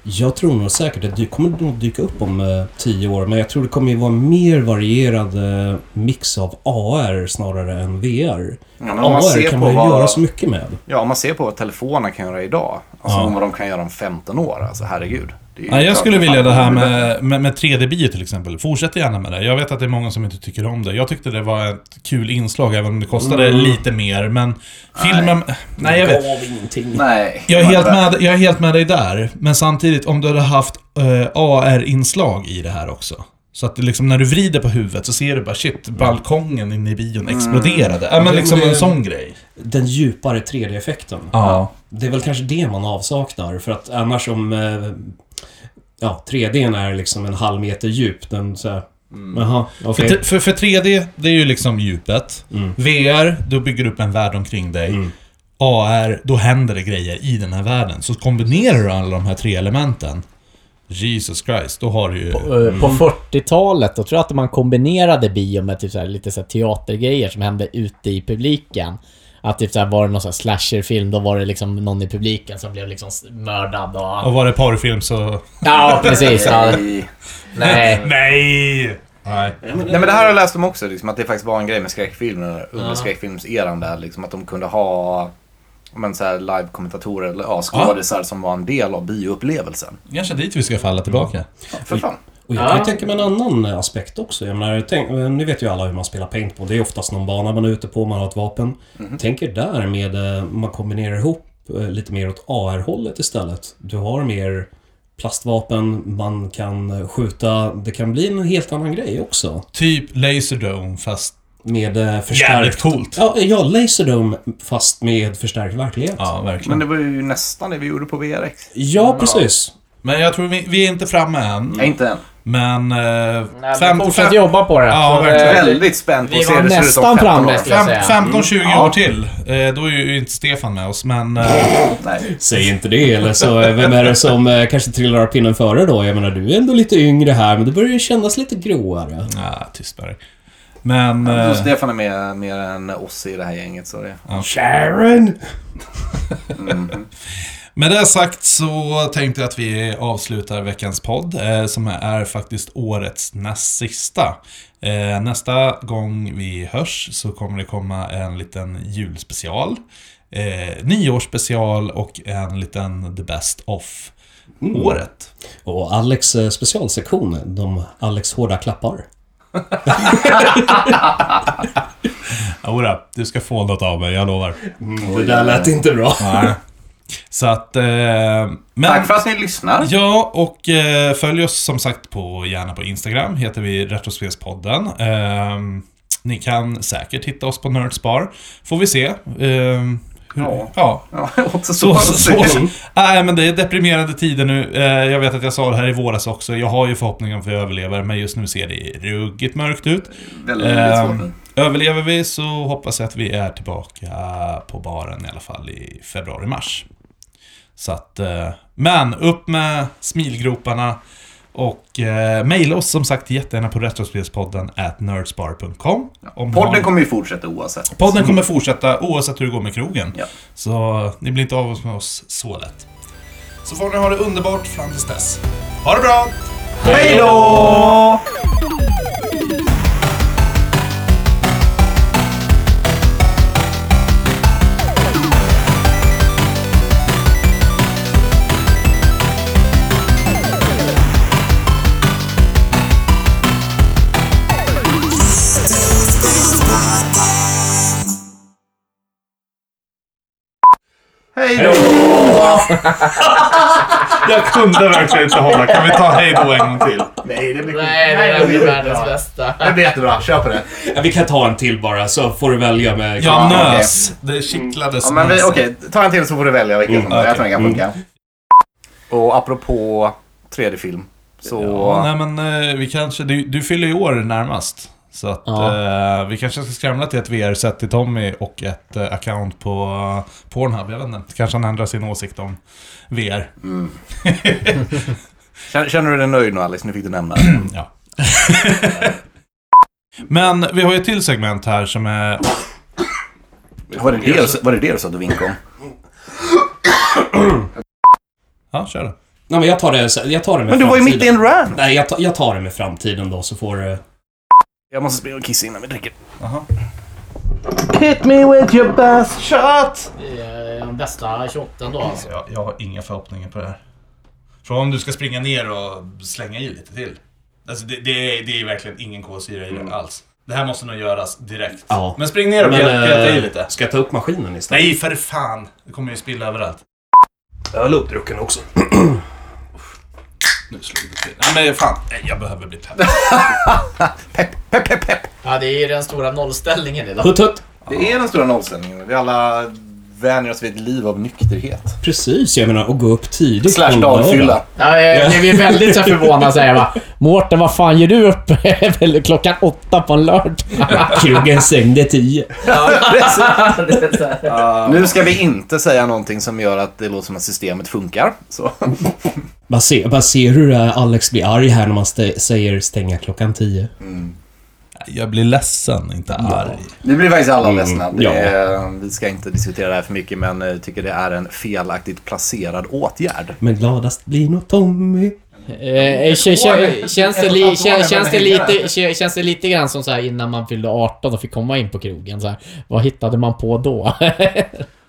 Speaker 2: Jag tror nog säkert att det kommer nog dyka upp om eh, tio år, men jag tror det kommer ju vara mer varierad eh, mix av A R snarare än V R.
Speaker 1: Ja, men om man
Speaker 2: A R
Speaker 1: ser
Speaker 2: kan
Speaker 1: på
Speaker 2: man ju
Speaker 1: vad-
Speaker 2: göra så mycket med.
Speaker 1: Ja, om man ser på vad telefonerna kan göra idag. Alltså
Speaker 3: Ja.
Speaker 1: vad de kan göra om femton år. Alltså herregud. Det är ju
Speaker 3: Nej, jag
Speaker 1: klart
Speaker 3: skulle
Speaker 1: att
Speaker 3: vilja
Speaker 1: fan
Speaker 3: det här
Speaker 1: blir
Speaker 3: med, med, med tre D-bio till exempel. Fortsätt gärna med det. Jag vet att det är många som inte tycker om det. Jag tyckte det var ett kul inslag, även om det kostade
Speaker 1: Mm.
Speaker 3: lite mer. Men filmen... Nej, jag vet.
Speaker 2: Gav ingenting.
Speaker 1: Nej.
Speaker 3: Jag är, helt med, jag är helt med dig där. Men samtidigt, om du hade haft eh, A R-inslag i det här också. Så att det liksom, när du vrider på huvudet så ser du bara shit, balkongen inne i bion exploderade. Ja, men liksom en sån grej.
Speaker 2: Den djupare tre D-effekten.
Speaker 3: Ja.
Speaker 2: Det är väl kanske det man avsaknar. För att annars om... Eh, ja, tre D:n är liksom en halv meter djup. Den så här... Jaha, okej.
Speaker 3: För, för, för tre D, det är ju liksom djupet.
Speaker 2: Mm.
Speaker 3: V R, då bygger du upp en värld omkring dig.
Speaker 2: Mm.
Speaker 3: A R, då händer det grejer i den här världen. Så kombinerar du alla de här tre elementen. Jesus Christ, då har du ju...
Speaker 4: På, eh, på fyrtiotalet, då tror jag att man kombinerade bio med typ så här, lite så här teatergrejer som hände ute i publiken. Att typ så här, var det någon sån här slasherfilm, då var det liksom någon i publiken som blev liksom mördad och...
Speaker 3: Och var det porrfilm så...
Speaker 4: Ja, precis. Ja.
Speaker 1: Nej.
Speaker 4: Nej.
Speaker 3: Nej! Nej.
Speaker 1: Nej, men det här har jag läst om också, liksom, att det faktiskt var en grej med skräckfilmer under ja. skräckfilmseran där, liksom, att de kunde ha men, så här, live-kommentatorer eller ja, skådisar ja. som var en del av bioupplevelsen.
Speaker 3: Kanske dit vi ska falla tillbaka.
Speaker 1: Ja, för fan.
Speaker 2: Och jag kan ju tänka mig en annan aspekt också. Jag menar, tänk, ni vet ju alla hur man spelar paintball. Det är oftast någon bana man är ute på, man har ett vapen. Mm. Tänk er där med, man kombinerar ihop lite mer åt A R-hållet istället. Du har mer plastvapen, man kan skjuta, det kan bli en helt annan grej också.
Speaker 3: Typ Laserdome fast...
Speaker 2: Med eh, förstärkt...
Speaker 3: Jävligt coolt.
Speaker 2: Ja, ja, Laserdome fast med förstärkt verklighet.
Speaker 3: Ja, verkligen.
Speaker 1: Men det var ju nästan det vi gjorde på V R X.
Speaker 2: Ja, precis.
Speaker 3: Men jag tror vi, vi är inte framme än.
Speaker 1: Nej, inte än.
Speaker 3: Men... Eh,
Speaker 4: Nej,
Speaker 3: fem,
Speaker 4: vi fortsätter
Speaker 3: fem,
Speaker 4: jobba på det.
Speaker 3: Ja,
Speaker 4: Så,
Speaker 3: verkligen.
Speaker 4: eh,
Speaker 1: Väldigt spänt på
Speaker 4: vi
Speaker 1: att se
Speaker 4: var
Speaker 1: det ser ut
Speaker 4: nästan
Speaker 1: om femton
Speaker 4: framme,
Speaker 1: år.
Speaker 4: skulle jag säga.
Speaker 3: femton tjugo
Speaker 1: Mm.
Speaker 3: år till. Eh, då är ju inte Stefan med oss, men... Eh,
Speaker 1: Nej.
Speaker 2: Säg inte det, eller så vem är det som eh, kanske trillar av pinnen före då? Jag menar, du är ändå lite yngre här, men det börjar ju kännas lite gråare.
Speaker 3: ja, tyst bara. Men...
Speaker 1: Ja,
Speaker 3: Eh,
Speaker 1: Stefan är med mer än oss i det här gänget, så det...
Speaker 3: ja.
Speaker 2: Sharon!
Speaker 1: Mm.
Speaker 3: Med det sagt så tänkte jag att vi avslutar veckans podd eh, som är faktiskt årets näst sista. Eh, nästa gång vi hörs så kommer det komma en liten julspecial, eh, nyårsspecial och en liten The Best of
Speaker 2: Mm.
Speaker 3: året.
Speaker 2: Och Alex eh, specialsektion, de Alex hårda klappar.
Speaker 3: Jodå, du ska få något av mig, jag lovar.
Speaker 2: Mm, det där lät inte bra.
Speaker 3: Nej. Så att... Eh, men,
Speaker 1: Tack för att ni lyssnar.
Speaker 3: Ja, och eh, följ oss som sagt på, gärna på Instagram, heter vi Retrospelspodden. Eh, ni kan säkert hitta oss på Nerdspar. Får vi se. Eh, hur,
Speaker 1: Ja.
Speaker 3: ja.
Speaker 1: Ja,
Speaker 3: Så,
Speaker 1: så,
Speaker 3: så, så, så. Nej, men det är deprimerande tider nu. Eh, jag vet att jag sa det här i våras också. Jag har ju förhoppningen för att överleva, men just nu ser det ruggigt mörkt ut.
Speaker 1: Väldigt
Speaker 3: Eh,
Speaker 1: svårt nu.
Speaker 3: överlever vi så hoppas jag att vi är tillbaka på baren i alla fall i februari-mars. Så att, eh, men upp med smilgroparna och eh, mejla oss som sagt jättegärna på retrospelspodden at nerdspar punkt com. Om
Speaker 1: Podden
Speaker 3: har-
Speaker 1: kommer ju fortsätta oavsett.
Speaker 3: Podden kommer fortsätta oavsett hur det går med krogen.
Speaker 1: Ja.
Speaker 3: Så ni blir inte av oss med oss så lätt. Så får ni ha det underbart fram tills dess. Ha det bra!
Speaker 1: Hej då! Hej då!
Speaker 3: Jag kunde verkligen inte hålla. Kan vi ta hej då en gång till?
Speaker 1: Nej, det blir
Speaker 4: Nej, det där blir världens bästa.
Speaker 1: Det blir jättebra. Kör på det.
Speaker 2: Ja, vi kan ta en till bara, så får du välja med...
Speaker 3: Jag
Speaker 1: Ja,
Speaker 3: nös. Det kittlades.
Speaker 1: Ja, men vi, okej, ta en till så får du välja vilken som
Speaker 3: Mm,
Speaker 1: jag tror den kan
Speaker 2: okej.
Speaker 1: funka. Och apropå tre D-film. Så...
Speaker 3: Ja, nej men eh, vi kanske... Du, du fyller i år närmast. Så att
Speaker 4: Ja.
Speaker 3: eh, vi kanske ska skramla till ett V R-set till Tommy och ett eh, account på uh, Pornhub. Jag vet inte. Kanske han ändrar sin åsikt om V R.
Speaker 1: Mm. Känner, känner du dig nöjd nu, Alex? Nu fick du nämna det.
Speaker 3: Ja. Men vi har ju ett till segment här som är...
Speaker 1: Var det det, var det det du sa att du vinkade om?
Speaker 3: Ja, kör det.
Speaker 2: Nej, men jag tar det, jag tar det med
Speaker 1: Men du var ju
Speaker 2: framtiden.
Speaker 1: mitt i en rant.
Speaker 2: Nej, jag tar, jag tar det med framtiden då, så får det...
Speaker 1: Jag måste springa och kissa innan vi dricker.
Speaker 3: Aha.
Speaker 1: Hit me with your best shot!
Speaker 4: Det är den bästa tjugoåtta då alltså.
Speaker 3: Jag, jag har inga förhoppningar på det här. För om du ska springa ner och slänga i lite till. Alltså det, det, är, det är verkligen ingen kolsyra i det alls. Det här måste nog göras direkt.
Speaker 2: Ja.
Speaker 3: Men spring ner och
Speaker 2: Men,
Speaker 3: peta i
Speaker 2: äh,
Speaker 3: lite.
Speaker 2: Ska jag ta upp maskinen istället?
Speaker 3: Nej, för fan. Det kommer ju spilla överallt.
Speaker 2: Jag la upp drucken också.
Speaker 3: Nu slog det till. Nej, men fan. Jag behöver bli pepp.
Speaker 1: Pepp, pepp, pepp, pepp.
Speaker 4: Ja, det är ju den stora nollställningen idag.
Speaker 2: Hutt, hutt.
Speaker 1: Det är den stora nollställningen. Vi alla vänjer oss vid ett liv av nykterhet.
Speaker 2: Precis, jag menar, att gå upp tidigt.
Speaker 1: Slash
Speaker 2: på
Speaker 1: dagfylla.
Speaker 2: lördag.
Speaker 4: Ja, jag jag är väldigt så förvånad säger jag bara. Mårten, vad fan gör du uppe väl klockan åtta på en lördag?
Speaker 2: Krogen stängde tio.
Speaker 1: Nu ska vi inte säga någonting som gör att det låter som att systemet funkar. Så.
Speaker 2: Bara se, bara se hur äh, Alex blir arg här när man st- säger stänga klockan tio.
Speaker 3: Jag blir ledsen, inte arg.
Speaker 1: Vi blir faktiskt alla
Speaker 2: Mm,
Speaker 1: ledsna. Det
Speaker 2: ja.
Speaker 1: är, vi ska inte diskutera det här för mycket, men jag tycker det är en felaktigt placerad åtgärd.
Speaker 2: Men gladast blir nog Tommy.
Speaker 4: Eh, k- k- känns, det li- k- känns, det lite, k- känns det lite grann som så här innan man fyllde arton och fick komma in på krogen så här. Vad hittade man på då?